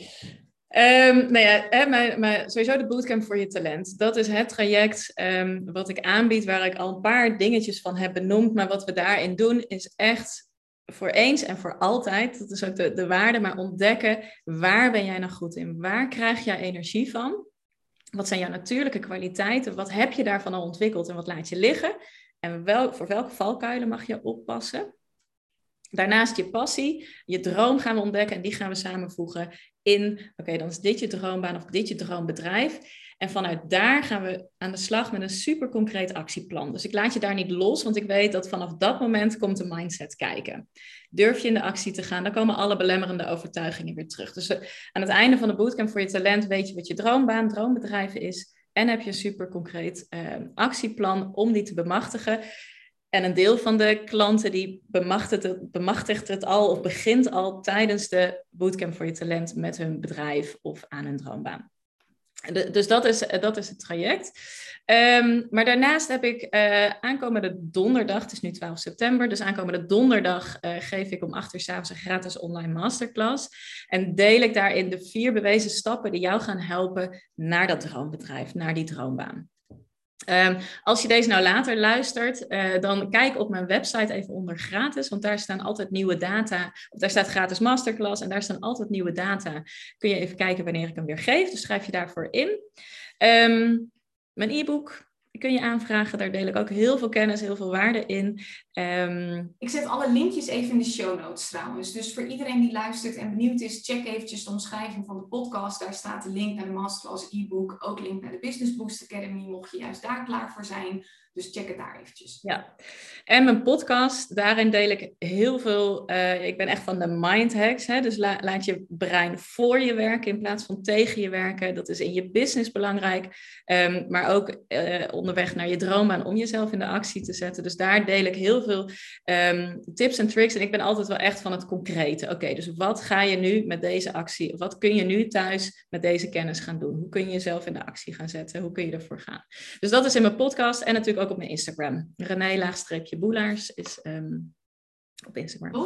Um, nou ja, hè, maar, maar sowieso de Bootcamp voor je talent. Dat is het traject um, wat ik aanbied, waar ik al een paar dingetjes van heb benoemd. Maar wat we daarin doen is echt voor eens en voor altijd, dat is ook de, de waarde, maar ontdekken, waar ben jij nou goed in? Waar krijg jij energie van? Wat zijn jouw natuurlijke kwaliteiten? Wat heb je daarvan al ontwikkeld en wat laat je liggen? En wel, voor welke valkuilen mag je oppassen? Daarnaast je passie, je droom gaan we ontdekken en die gaan we samenvoegen in, oké, okay, dan is dit je droombaan of dit je droombedrijf. En vanuit daar gaan we aan de slag met een super concreet actieplan. Dus ik laat je daar niet los, want ik weet dat vanaf dat moment komt de mindset kijken. Durf je in de actie te gaan, dan komen alle belemmerende overtuigingen weer terug. Dus uh, aan het einde van de bootcamp voor je talent weet je wat je droombaan, droombedrijf is. En heb je een super concreet uh, actieplan om die te bemachtigen. En een deel van de klanten die bemachtigt het, bemachtigt het al of begint al tijdens de bootcamp voor je talent met hun bedrijf of aan hun droombaan. De, dus dat is, dat is het traject. Um, maar daarnaast heb ik uh, aankomende donderdag, het is nu twaalf september, dus aankomende donderdag uh, geef ik om acht uur 's avonds een gratis online masterclass. En deel ik daarin de vier bewezen stappen die jou gaan helpen naar dat droombedrijf, naar die droombaan. Um, als je deze nou later luistert, uh, dan kijk op mijn website even onder gratis, want daar staan altijd nieuwe data. Of daar staat gratis masterclass en daar staan altijd nieuwe data. Kun je even kijken wanneer ik hem weer geef, dus schrijf je daarvoor in. Um, mijn e-book kun je aanvragen, daar deel ik ook heel veel kennis, heel veel waarde in. Um, ik zet alle linkjes even in de show notes trouwens. Dus voor iedereen die luistert en benieuwd is, check eventjes de omschrijving van de podcast. Daar staat de link naar de masterclass e-book, ook link naar de Business Boost Academy, mocht je juist daar klaar voor zijn. Dus check het daar eventjes. Ja, en mijn podcast, daarin deel ik heel veel, uh, ik ben echt van de mind hacks, hè? Dus la, laat je brein voor je werken in plaats van tegen je werken. Dat is in je business belangrijk, um, maar ook uh, onderweg naar je droombaan om jezelf in de actie te zetten. Dus daar deel ik heel veel um, tips en tricks en ik ben altijd wel echt van het concrete. Oké, okay, dus wat ga je nu met deze actie, wat kun je nu thuis met deze kennis gaan doen? Hoe kun je jezelf in de actie gaan zetten? Hoe kun je ervoor gaan? Dus dat is in mijn podcast en natuurlijk ook op mijn Instagram. René laagstreepje Boelaars is um, op Instagram. Tof.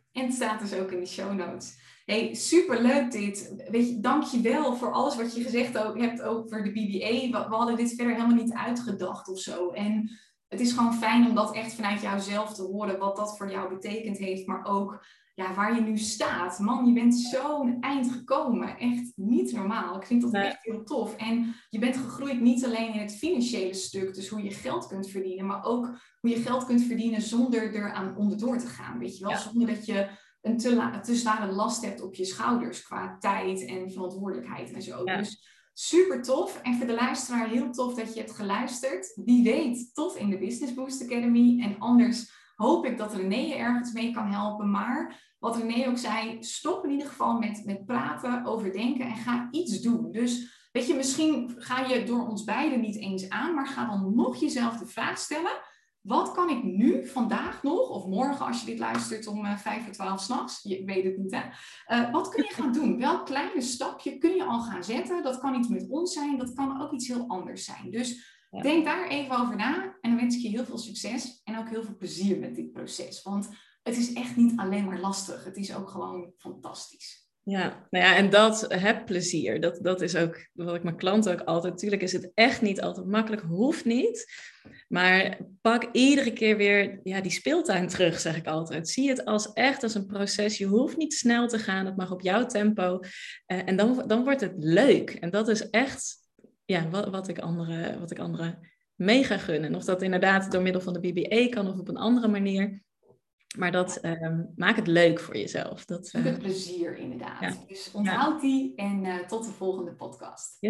En het staat dus ook in de show notes. Hey, superleuk dit. Weet je, dank je wel voor alles wat je gezegd ook, hebt over de B B A. We, we hadden dit verder helemaal niet uitgedacht of zo. En het is gewoon fijn om dat echt vanuit jouzelf te horen, wat dat voor jou betekend heeft, maar ook ja, waar je nu staat. Man, je bent zo'n eind gekomen. Echt niet normaal. Ik vind dat Ja. echt heel tof. En je bent gegroeid niet alleen in het financiële stuk, dus hoe je geld kunt verdienen, maar ook hoe je geld kunt verdienen zonder eraan onderdoor te gaan. Weet je wel, ja. Zonder dat je een te, la- te zware last hebt op je schouders qua tijd en verantwoordelijkheid en zo. Ja. Dus super tof. En voor de luisteraar heel tof dat je hebt geluisterd. Wie weet, tot in de Business Boost Academy. En anders hoop ik dat René je ergens mee kan helpen. Maar wat René ook zei, stop in ieder geval met, met praten, overdenken en ga iets doen. Dus weet je, misschien ga je door ons beiden niet eens aan, maar ga dan nog jezelf de vraag stellen: wat kan ik nu, vandaag nog, of morgen als je dit luistert om uh, vijf voor twaalf 's nachts, je weet het niet hè, uh, wat kun je gaan doen? Welk kleine stapje kun je al gaan zetten? Dat kan iets met ons zijn, dat kan ook iets heel anders zijn. Dus ja. Denk daar even over na en dan wens ik je heel veel succes en ook heel veel plezier met dit proces. Want het is echt niet alleen maar lastig, het is ook gewoon fantastisch. Ja, nou ja, en dat, heb plezier. Dat, dat is ook wat ik mijn klanten ook altijd... Natuurlijk is het echt niet altijd makkelijk, hoeft niet. Maar pak iedere keer weer ja, die speeltuin terug, zeg ik altijd. Zie het als echt als een proces. Je hoeft niet snel te gaan, het mag op jouw tempo. Uh, en dan, dan wordt het leuk. En dat is echt ja, wat, wat ik anderen, wat ik anderen mega gun. En of dat inderdaad door middel van de B B A kan of op een andere manier... Maar dat um, maak het leuk voor jezelf. Dat, Zoek het plezier inderdaad. Ja. Dus onthoud die en uh, tot de volgende podcast. Ja.